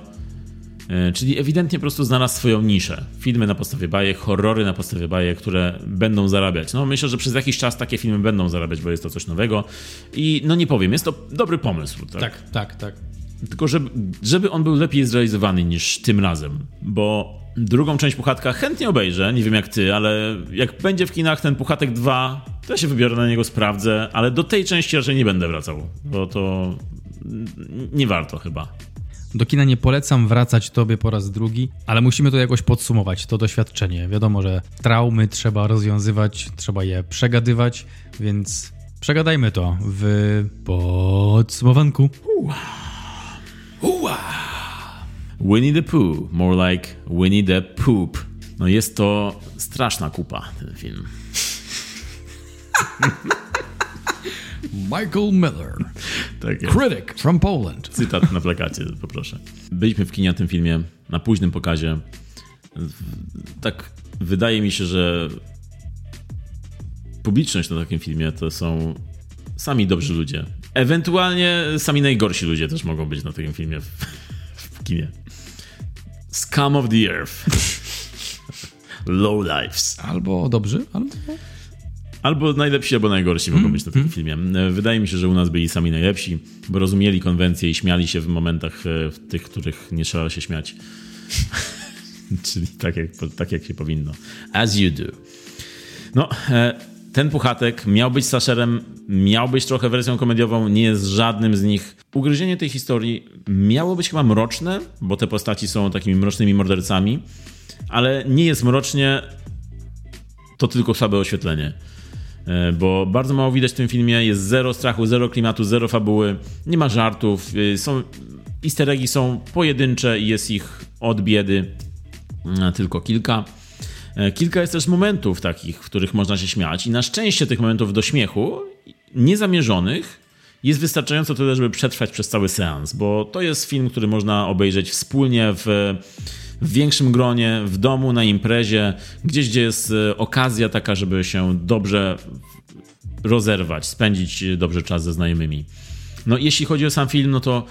Czyli ewidentnie po prostu znalazł swoją niszę. Filmy na podstawie bajek, horrory na podstawie bajek, które będą zarabiać. No myślę, że przez jakiś czas takie filmy będą zarabiać, bo jest to coś nowego. I no nie powiem, jest to dobry pomysł. Tak, tak, tak. tak. Tylko żeby, żeby on był lepiej zrealizowany niż tym razem. Bo drugą część Puchatka chętnie obejrzę, nie wiem jak ty, ale jak będzie w kinach ten Puchatek dwa, to ja się wybiorę na niego, sprawdzę, ale do tej części raczej nie będę wracał, bo to nie warto chyba. Do kina nie polecam wracać tobie po raz drugi, ale musimy to jakoś podsumować, to doświadczenie. Wiadomo, że traumy trzeba rozwiązywać, trzeba je przegadywać, więc przegadajmy to w podsumowanku. Uła. Uła. Winnie the Pooh, more like Winnie the Poop. No jest to straszna kupa, ten film. Michael Miller, tak jest. Critic from Poland. Cytat na plakacie, poproszę. Byliśmy w kinie na tym filmie, na późnym pokazie. Tak wydaje mi się, że publiczność na takim filmie to są sami dobrzy ludzie. Ewentualnie sami najgorsi ludzie też mogą być na takim filmie w, w kinie. Scum of the earth. Low lives. Albo dobrzy, albo... Albo najlepsi, albo najgorsi mogą mm, być na tym mm. filmie. Wydaje mi się, że u nas byli sami najlepsi, bo rozumieli konwencję i śmiali się w momentach w tych, których nie trzeba się śmiać. Czyli tak jak, tak jak się powinno. As you do. No, ten Puchatek miał być slasherem, miał być trochę wersją komediową, nie jest żadnym z nich. Ugryzienie tej historii miało być chyba mroczne, bo te postaci są takimi mrocznymi mordercami, ale nie jest mrocznie, to tylko słabe oświetlenie. Bo bardzo mało widać w tym filmie, jest zero strachu, zero klimatu, zero fabuły, nie ma żartów, są, easter eggi są pojedyncze i jest ich od biedy tylko kilka. Kilka jest też momentów takich, w których można się śmiać i na szczęście tych momentów do śmiechu, niezamierzonych, jest wystarczająco tyle, żeby przetrwać przez cały seans, bo to jest film, który można obejrzeć wspólnie w, w większym gronie, w domu, na imprezie, gdzieś, gdzie jest okazja taka, żeby się dobrze rozerwać, spędzić dobrze czas ze znajomymi. No jeśli chodzi o sam film, no to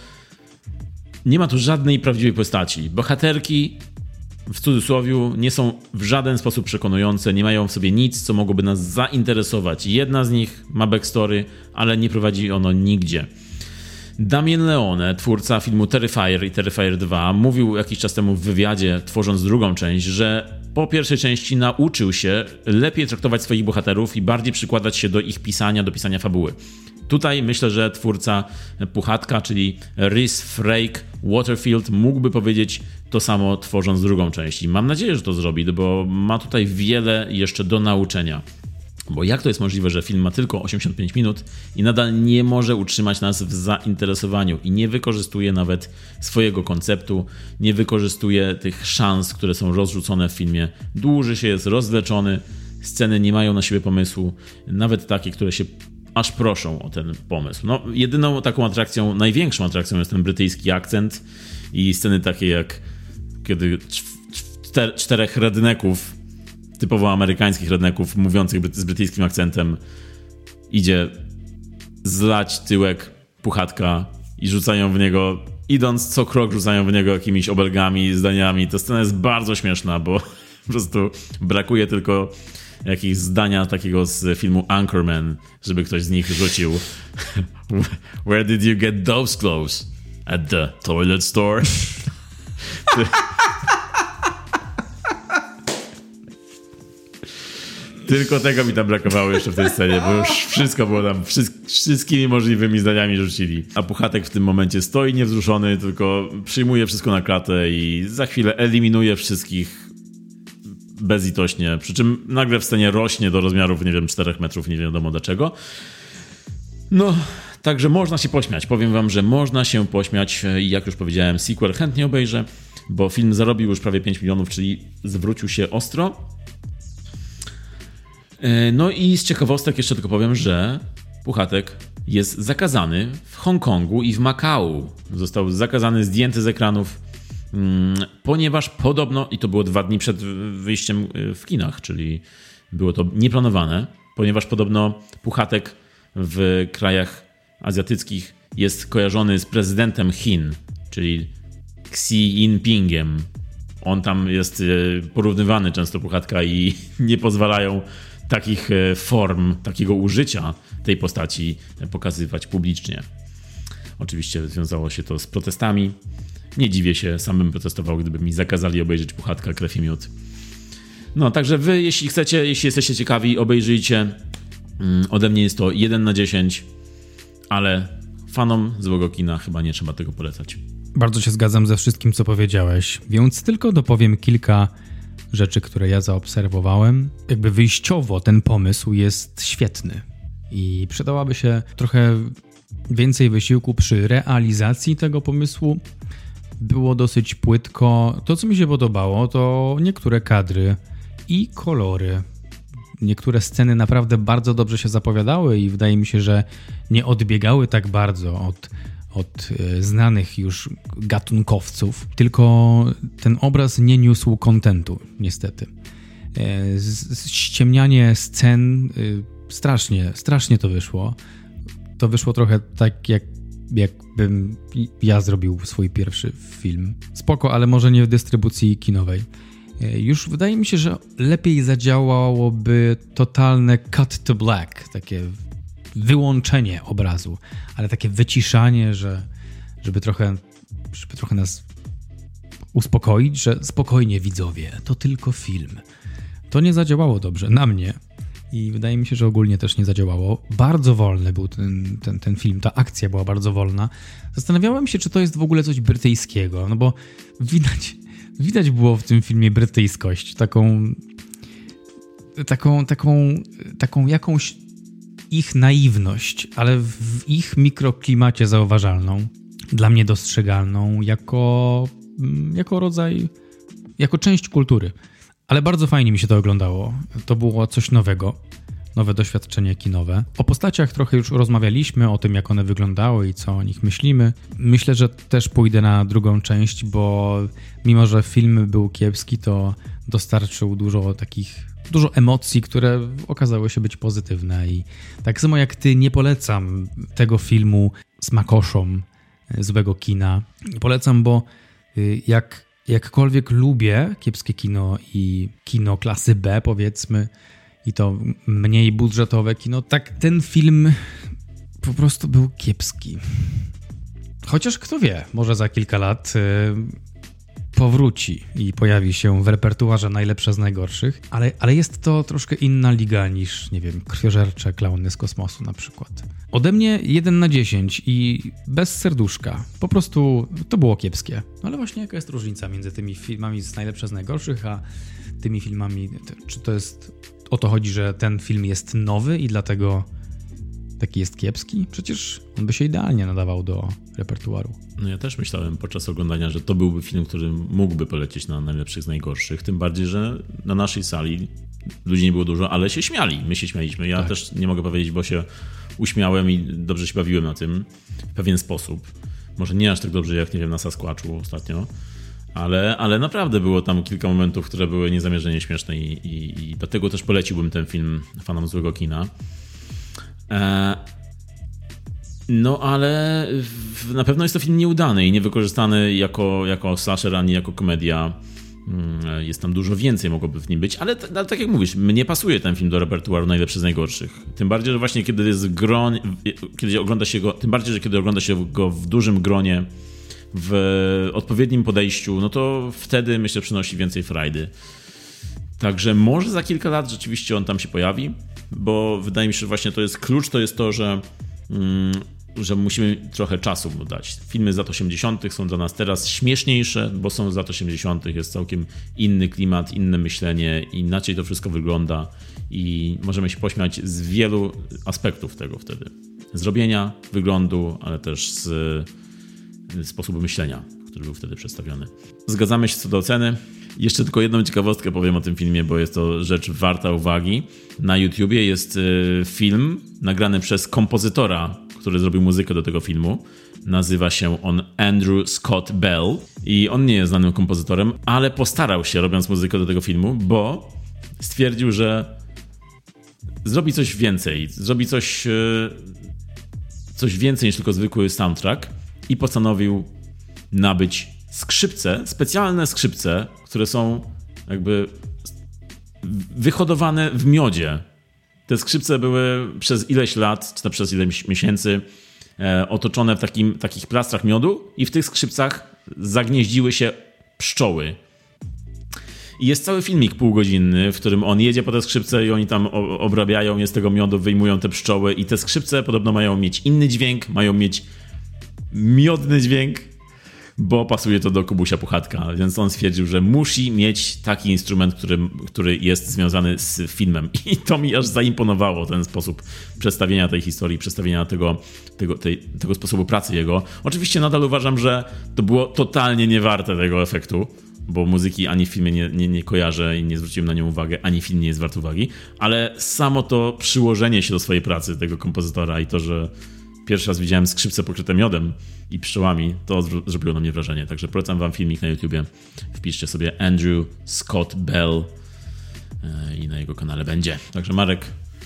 nie ma tu żadnej prawdziwej postaci. Bohaterki w cudzysłowie nie są w żaden sposób przekonujące, nie mają w sobie nic, co mogłoby nas zainteresować. Jedna z nich ma backstory, ale nie prowadzi ono nigdzie. Damien Leone, twórca filmu Terrifier i Terrifier dwa, mówił jakiś czas temu w wywiadzie, tworząc drugą część, że po pierwszej części nauczył się lepiej traktować swoich bohaterów i bardziej przykładać się do ich pisania, do pisania fabuły. Tutaj myślę, że twórca Puchatka, czyli Rhys Frake Waterfield, mógłby powiedzieć to samo, tworząc drugą część. I mam nadzieję, że to zrobi, bo ma tutaj wiele jeszcze do nauczenia. Bo jak to jest możliwe, że film ma tylko osiemdziesiąt pięć minut i nadal nie może utrzymać nas w zainteresowaniu i nie wykorzystuje nawet swojego konceptu, nie wykorzystuje tych szans, które są rozrzucone w filmie. Dłuży się, jest rozwleczony, sceny nie mają na siebie pomysłu, nawet takie, które się aż proszą o ten pomysł. No, jedyną taką atrakcją, największą atrakcją jest ten brytyjski akcent i sceny takie jak kiedy czter, czterech redneków, typowo amerykańskich redneków mówiących z brytyjskim akcentem idzie zlać tyłek Puchatka i rzucają w niego, idąc co krok rzucają w niego jakimiś obelgami, zdaniami. Ta scena jest bardzo śmieszna, bo po prostu brakuje tylko jakiegoś zdania takiego z filmu Anchorman, żeby ktoś z nich rzucił Where did you get those clothes? At the toilet store. Tylko tego mi tam brakowało jeszcze w tej scenie, bo już wszystko było tam, wszystkimi możliwymi zdaniami rzucili. A Puchatek w tym momencie stoi niewzruszony, tylko przyjmuje wszystko na klatę i za chwilę eliminuje wszystkich bezlitośnie, przy czym nagle w scenie rośnie do rozmiarów, nie wiem, czterech metrów, nie wiadomo dlaczego. No, także można się pośmiać. Powiem wam, że można się pośmiać i jak już powiedziałem, sequel chętnie obejrzę, bo film zarobił już prawie pięć milionów, czyli zwrócił się ostro. No i z ciekawostek jeszcze tylko powiem, że Puchatek jest zakazany w Hongkongu i w Makau. Został zakazany, zdjęty z ekranów, ponieważ podobno, i to było dwa dni przed wyjściem w kinach, czyli było to nieplanowane, ponieważ podobno Puchatek w krajach azjatyckich jest kojarzony z prezydentem Chin, czyli Xi Jinpingiem. On tam jest porównywany często Puchatka i nie pozwalają takich form, takiego użycia tej postaci pokazywać publicznie. Oczywiście związało się to z protestami. Nie dziwię się, sam bym protestował, gdyby mi zakazali obejrzeć Puchatka, krew i miód. No, także wy, jeśli chcecie, jeśli jesteście ciekawi, obejrzyjcie. Ode mnie jest to jeden na dziesięć, ale fanom złego kina chyba nie trzeba tego polecać. Bardzo się zgadzam ze wszystkim, co powiedziałeś, więc tylko dopowiem kilka rzeczy, które ja zaobserwowałem. Jakby wyjściowo ten pomysł jest świetny i przydałaby się trochę więcej wysiłku przy realizacji tego pomysłu. Było dosyć płytko. To, co mi się podobało, to niektóre kadry i kolory. Niektóre sceny naprawdę bardzo dobrze się zapowiadały i wydaje mi się, że nie odbiegały tak bardzo od, od znanych już gatunkowców, tylko ten obraz nie niósł kontentu, niestety. Ściemnianie scen strasznie, strasznie to wyszło. To wyszło trochę tak, jak, jakbym ja zrobił swój pierwszy film. Spoko, ale może nie w dystrybucji kinowej. Już wydaje mi się, że lepiej zadziałałoby totalne cut to black, takie wyłączenie obrazu, ale takie wyciszanie, że żeby trochę, żeby trochę nas uspokoić, że spokojnie widzowie, to tylko film. To nie zadziałało dobrze na mnie i wydaje mi się, że ogólnie też nie zadziałało. Bardzo wolny był ten, ten, ten film, ta akcja była bardzo wolna. Zastanawiałem się, czy to jest w ogóle coś brytyjskiego, no bo widać, widać było w tym filmie brytyjskość, taką, taką, taką, taką jakąś ich naiwność, ale w ich mikroklimacie zauważalną, dla mnie dostrzegalną jako, jako rodzaj, jako część kultury. Ale bardzo fajnie mi się to oglądało. To było coś nowego, nowe doświadczenie kinowe. O postaciach trochę już rozmawialiśmy, o tym, jak one wyglądały i co o nich myślimy. Myślę, że też pójdę na drugą część, bo mimo, że film był kiepski, to dostarczył dużo takich, dużo emocji, które okazały się być pozytywne. I tak samo jak ty, nie polecam tego filmu smakoszom złego kina. Nie polecam, bo jak jakkolwiek lubię kiepskie kino i kino klasy B, powiedzmy, i to mniej budżetowe kino, tak ten film po prostu był kiepski. Chociaż kto wie, może za kilka lat yy, powróci i pojawi się w repertuarze najlepsze z najgorszych, ale, ale jest to troszkę inna liga niż, nie wiem, krwiożercze klauny z kosmosu na przykład. Ode mnie jeden na dziesięć i bez serduszka. Po prostu to było kiepskie. No ale właśnie jaka jest różnica między tymi filmami z najlepsze z najgorszych, a tymi filmami, czy to jest, o to chodzi, że ten film jest nowy i dlatego taki jest kiepski? Przecież on by się idealnie nadawał do repertuaru. No ja też myślałem podczas oglądania, że to byłby film, który mógłby polecieć na najlepszych z najgorszych, tym bardziej, że na naszej sali ludzi nie było dużo, ale się śmiali. My się śmialiśmy. Ja tak. też nie mogę powiedzieć, bo się uśmiałem i dobrze się bawiłem na tym w pewien sposób. Może nie aż tak dobrze jak, nie wiem, na Sasquatchu ostatnio, ale, ale naprawdę było tam kilka momentów, które były niezamierzenie śmieszne i, i, i dlatego też poleciłbym ten film fanom złego kina. E, no ale w, na pewno jest to film nieudany i niewykorzystany jako, jako slasher, ani jako komedia. Jest tam dużo więcej, mogłoby w nim być, ale, t- ale tak jak mówisz, mnie pasuje ten film do repertuaru najlepszy z najgorszych. Tym bardziej, że właśnie kiedy jest gron, kiedy ogląda się go, tym bardziej, że kiedy ogląda się go w dużym gronie, w odpowiednim podejściu, no to wtedy, myślę, przynosi więcej frajdy. Także może za kilka lat rzeczywiście on tam się pojawi, bo wydaje mi się, że właśnie to jest klucz, to jest to, że mm, że musimy trochę czasu mu dać. Filmy z lat osiemdziesiątych są dla nas teraz śmieszniejsze, bo są z lat osiemdziesiątych, jest całkiem inny klimat, inne myślenie, inaczej to wszystko wygląda i możemy się pośmiać z wielu aspektów tego wtedy. Z robienia, wyglądu, ale też z, z sposobu myślenia, który był wtedy przedstawiony. Zgadzamy się co do oceny. Jeszcze tylko jedną ciekawostkę powiem o tym filmie, bo jest to rzecz warta uwagi. Na YouTubie jest film nagrany przez kompozytora, który zrobił muzykę do tego filmu. Nazywa się on Andrew Scott Bell i on nie jest znanym kompozytorem, ale postarał się, robiąc muzykę do tego filmu, bo stwierdził, że zrobi coś więcej, zrobi coś, coś więcej niż tylko zwykły soundtrack i postanowił nabyć skrzypce, specjalne skrzypce, które są jakby wyhodowane w miodzie. Te skrzypce były przez ileś lat, czy to przez ileś miesięcy e, otoczone w takim, takich plastrach miodu i w tych skrzypcach zagnieździły się pszczoły. I jest cały filmik półgodzinny, w którym on jedzie po te skrzypce i oni tam obrabiają je z tego miodu, wyjmują te pszczoły i te skrzypce podobno mają mieć inny dźwięk, mają mieć miodny dźwięk, bo pasuje to do Kubusia Puchatka, więc on stwierdził, że musi mieć taki instrument, który, który jest związany z filmem. I to mi aż zaimponowało, ten sposób przedstawienia tej historii, przedstawienia tego, tego, tej, tego sposobu pracy jego. Oczywiście nadal uważam, że to było totalnie niewarte tego efektu, bo muzyki ani w filmie nie, nie, nie kojarzę i nie zwróciłem na nią uwagę, ani film nie jest wart uwagi, ale samo to przyłożenie się do swojej pracy tego kompozytora i to, że pierwszy raz widziałem skrzypce pokryte miodem i pszczołami, to zrobiło na mnie wrażenie. Także polecam wam filmik na YouTubie. Wpiszcie sobie Andrew Scott Bell i na jego kanale będzie. Także Marek,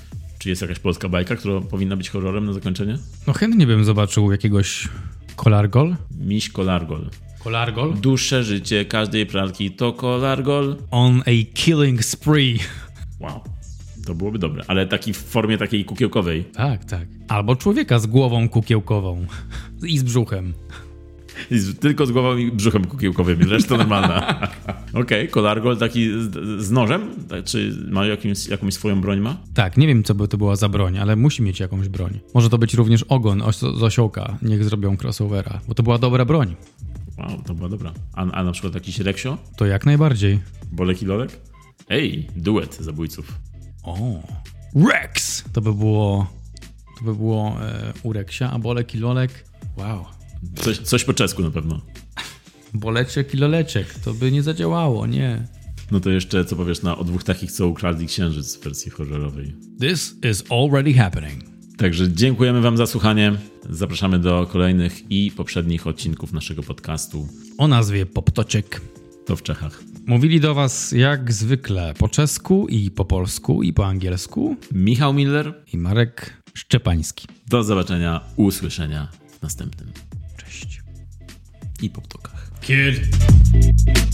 Czy jest jakaś polska bajka, która powinna być horrorem na zakończenie? No chętnie bym zobaczył jakiegoś Kolargol. Miś Kolargol. Kolargol? Dłuższe życie każdej pralki to Kolargol. On a killing spree. Wow. To byłoby dobre, ale taki w formie takiej kukiełkowej. Tak, tak. Albo człowieka z głową kukiełkową. I z brzuchem. I z, tylko z głową i brzuchem kukiełkowym, reszta normalna. Okej, okay, Kolargol taki z, z nożem? Czy ma jakimś, jakąś swoją broń ma? Tak, nie wiem co by to była za broń, ale musi mieć jakąś broń. Może to być również ogon os- z osiołka. Niech zrobią crossovera, bo to była dobra broń. Wow, to była dobra. A, a na przykład jakiś Reksio? To jak najbardziej. Bolek i Lolek? Ej, duet zabójców. O, Rex! To by było... To by było e, u Reksia, a Bolek i Lolek... Wow. Coś, coś po czesku na pewno. Boleczek i Loleczek. To by nie zadziałało, nie. No to jeszcze co powiesz na o dwóch takich, co ukradli księżyc w wersji horrorowej. This is already happening. Także dziękujemy wam za słuchanie. Zapraszamy do kolejnych i poprzednich odcinków naszego podcastu. O nazwie Poptoczek. To w Czechach. Mówili do was jak zwykle po czesku i po polsku i po angielsku Michał Miller i Marek Szczepański. Do zobaczenia, usłyszenia w następnym. Cześć. I po ptokach. Kid.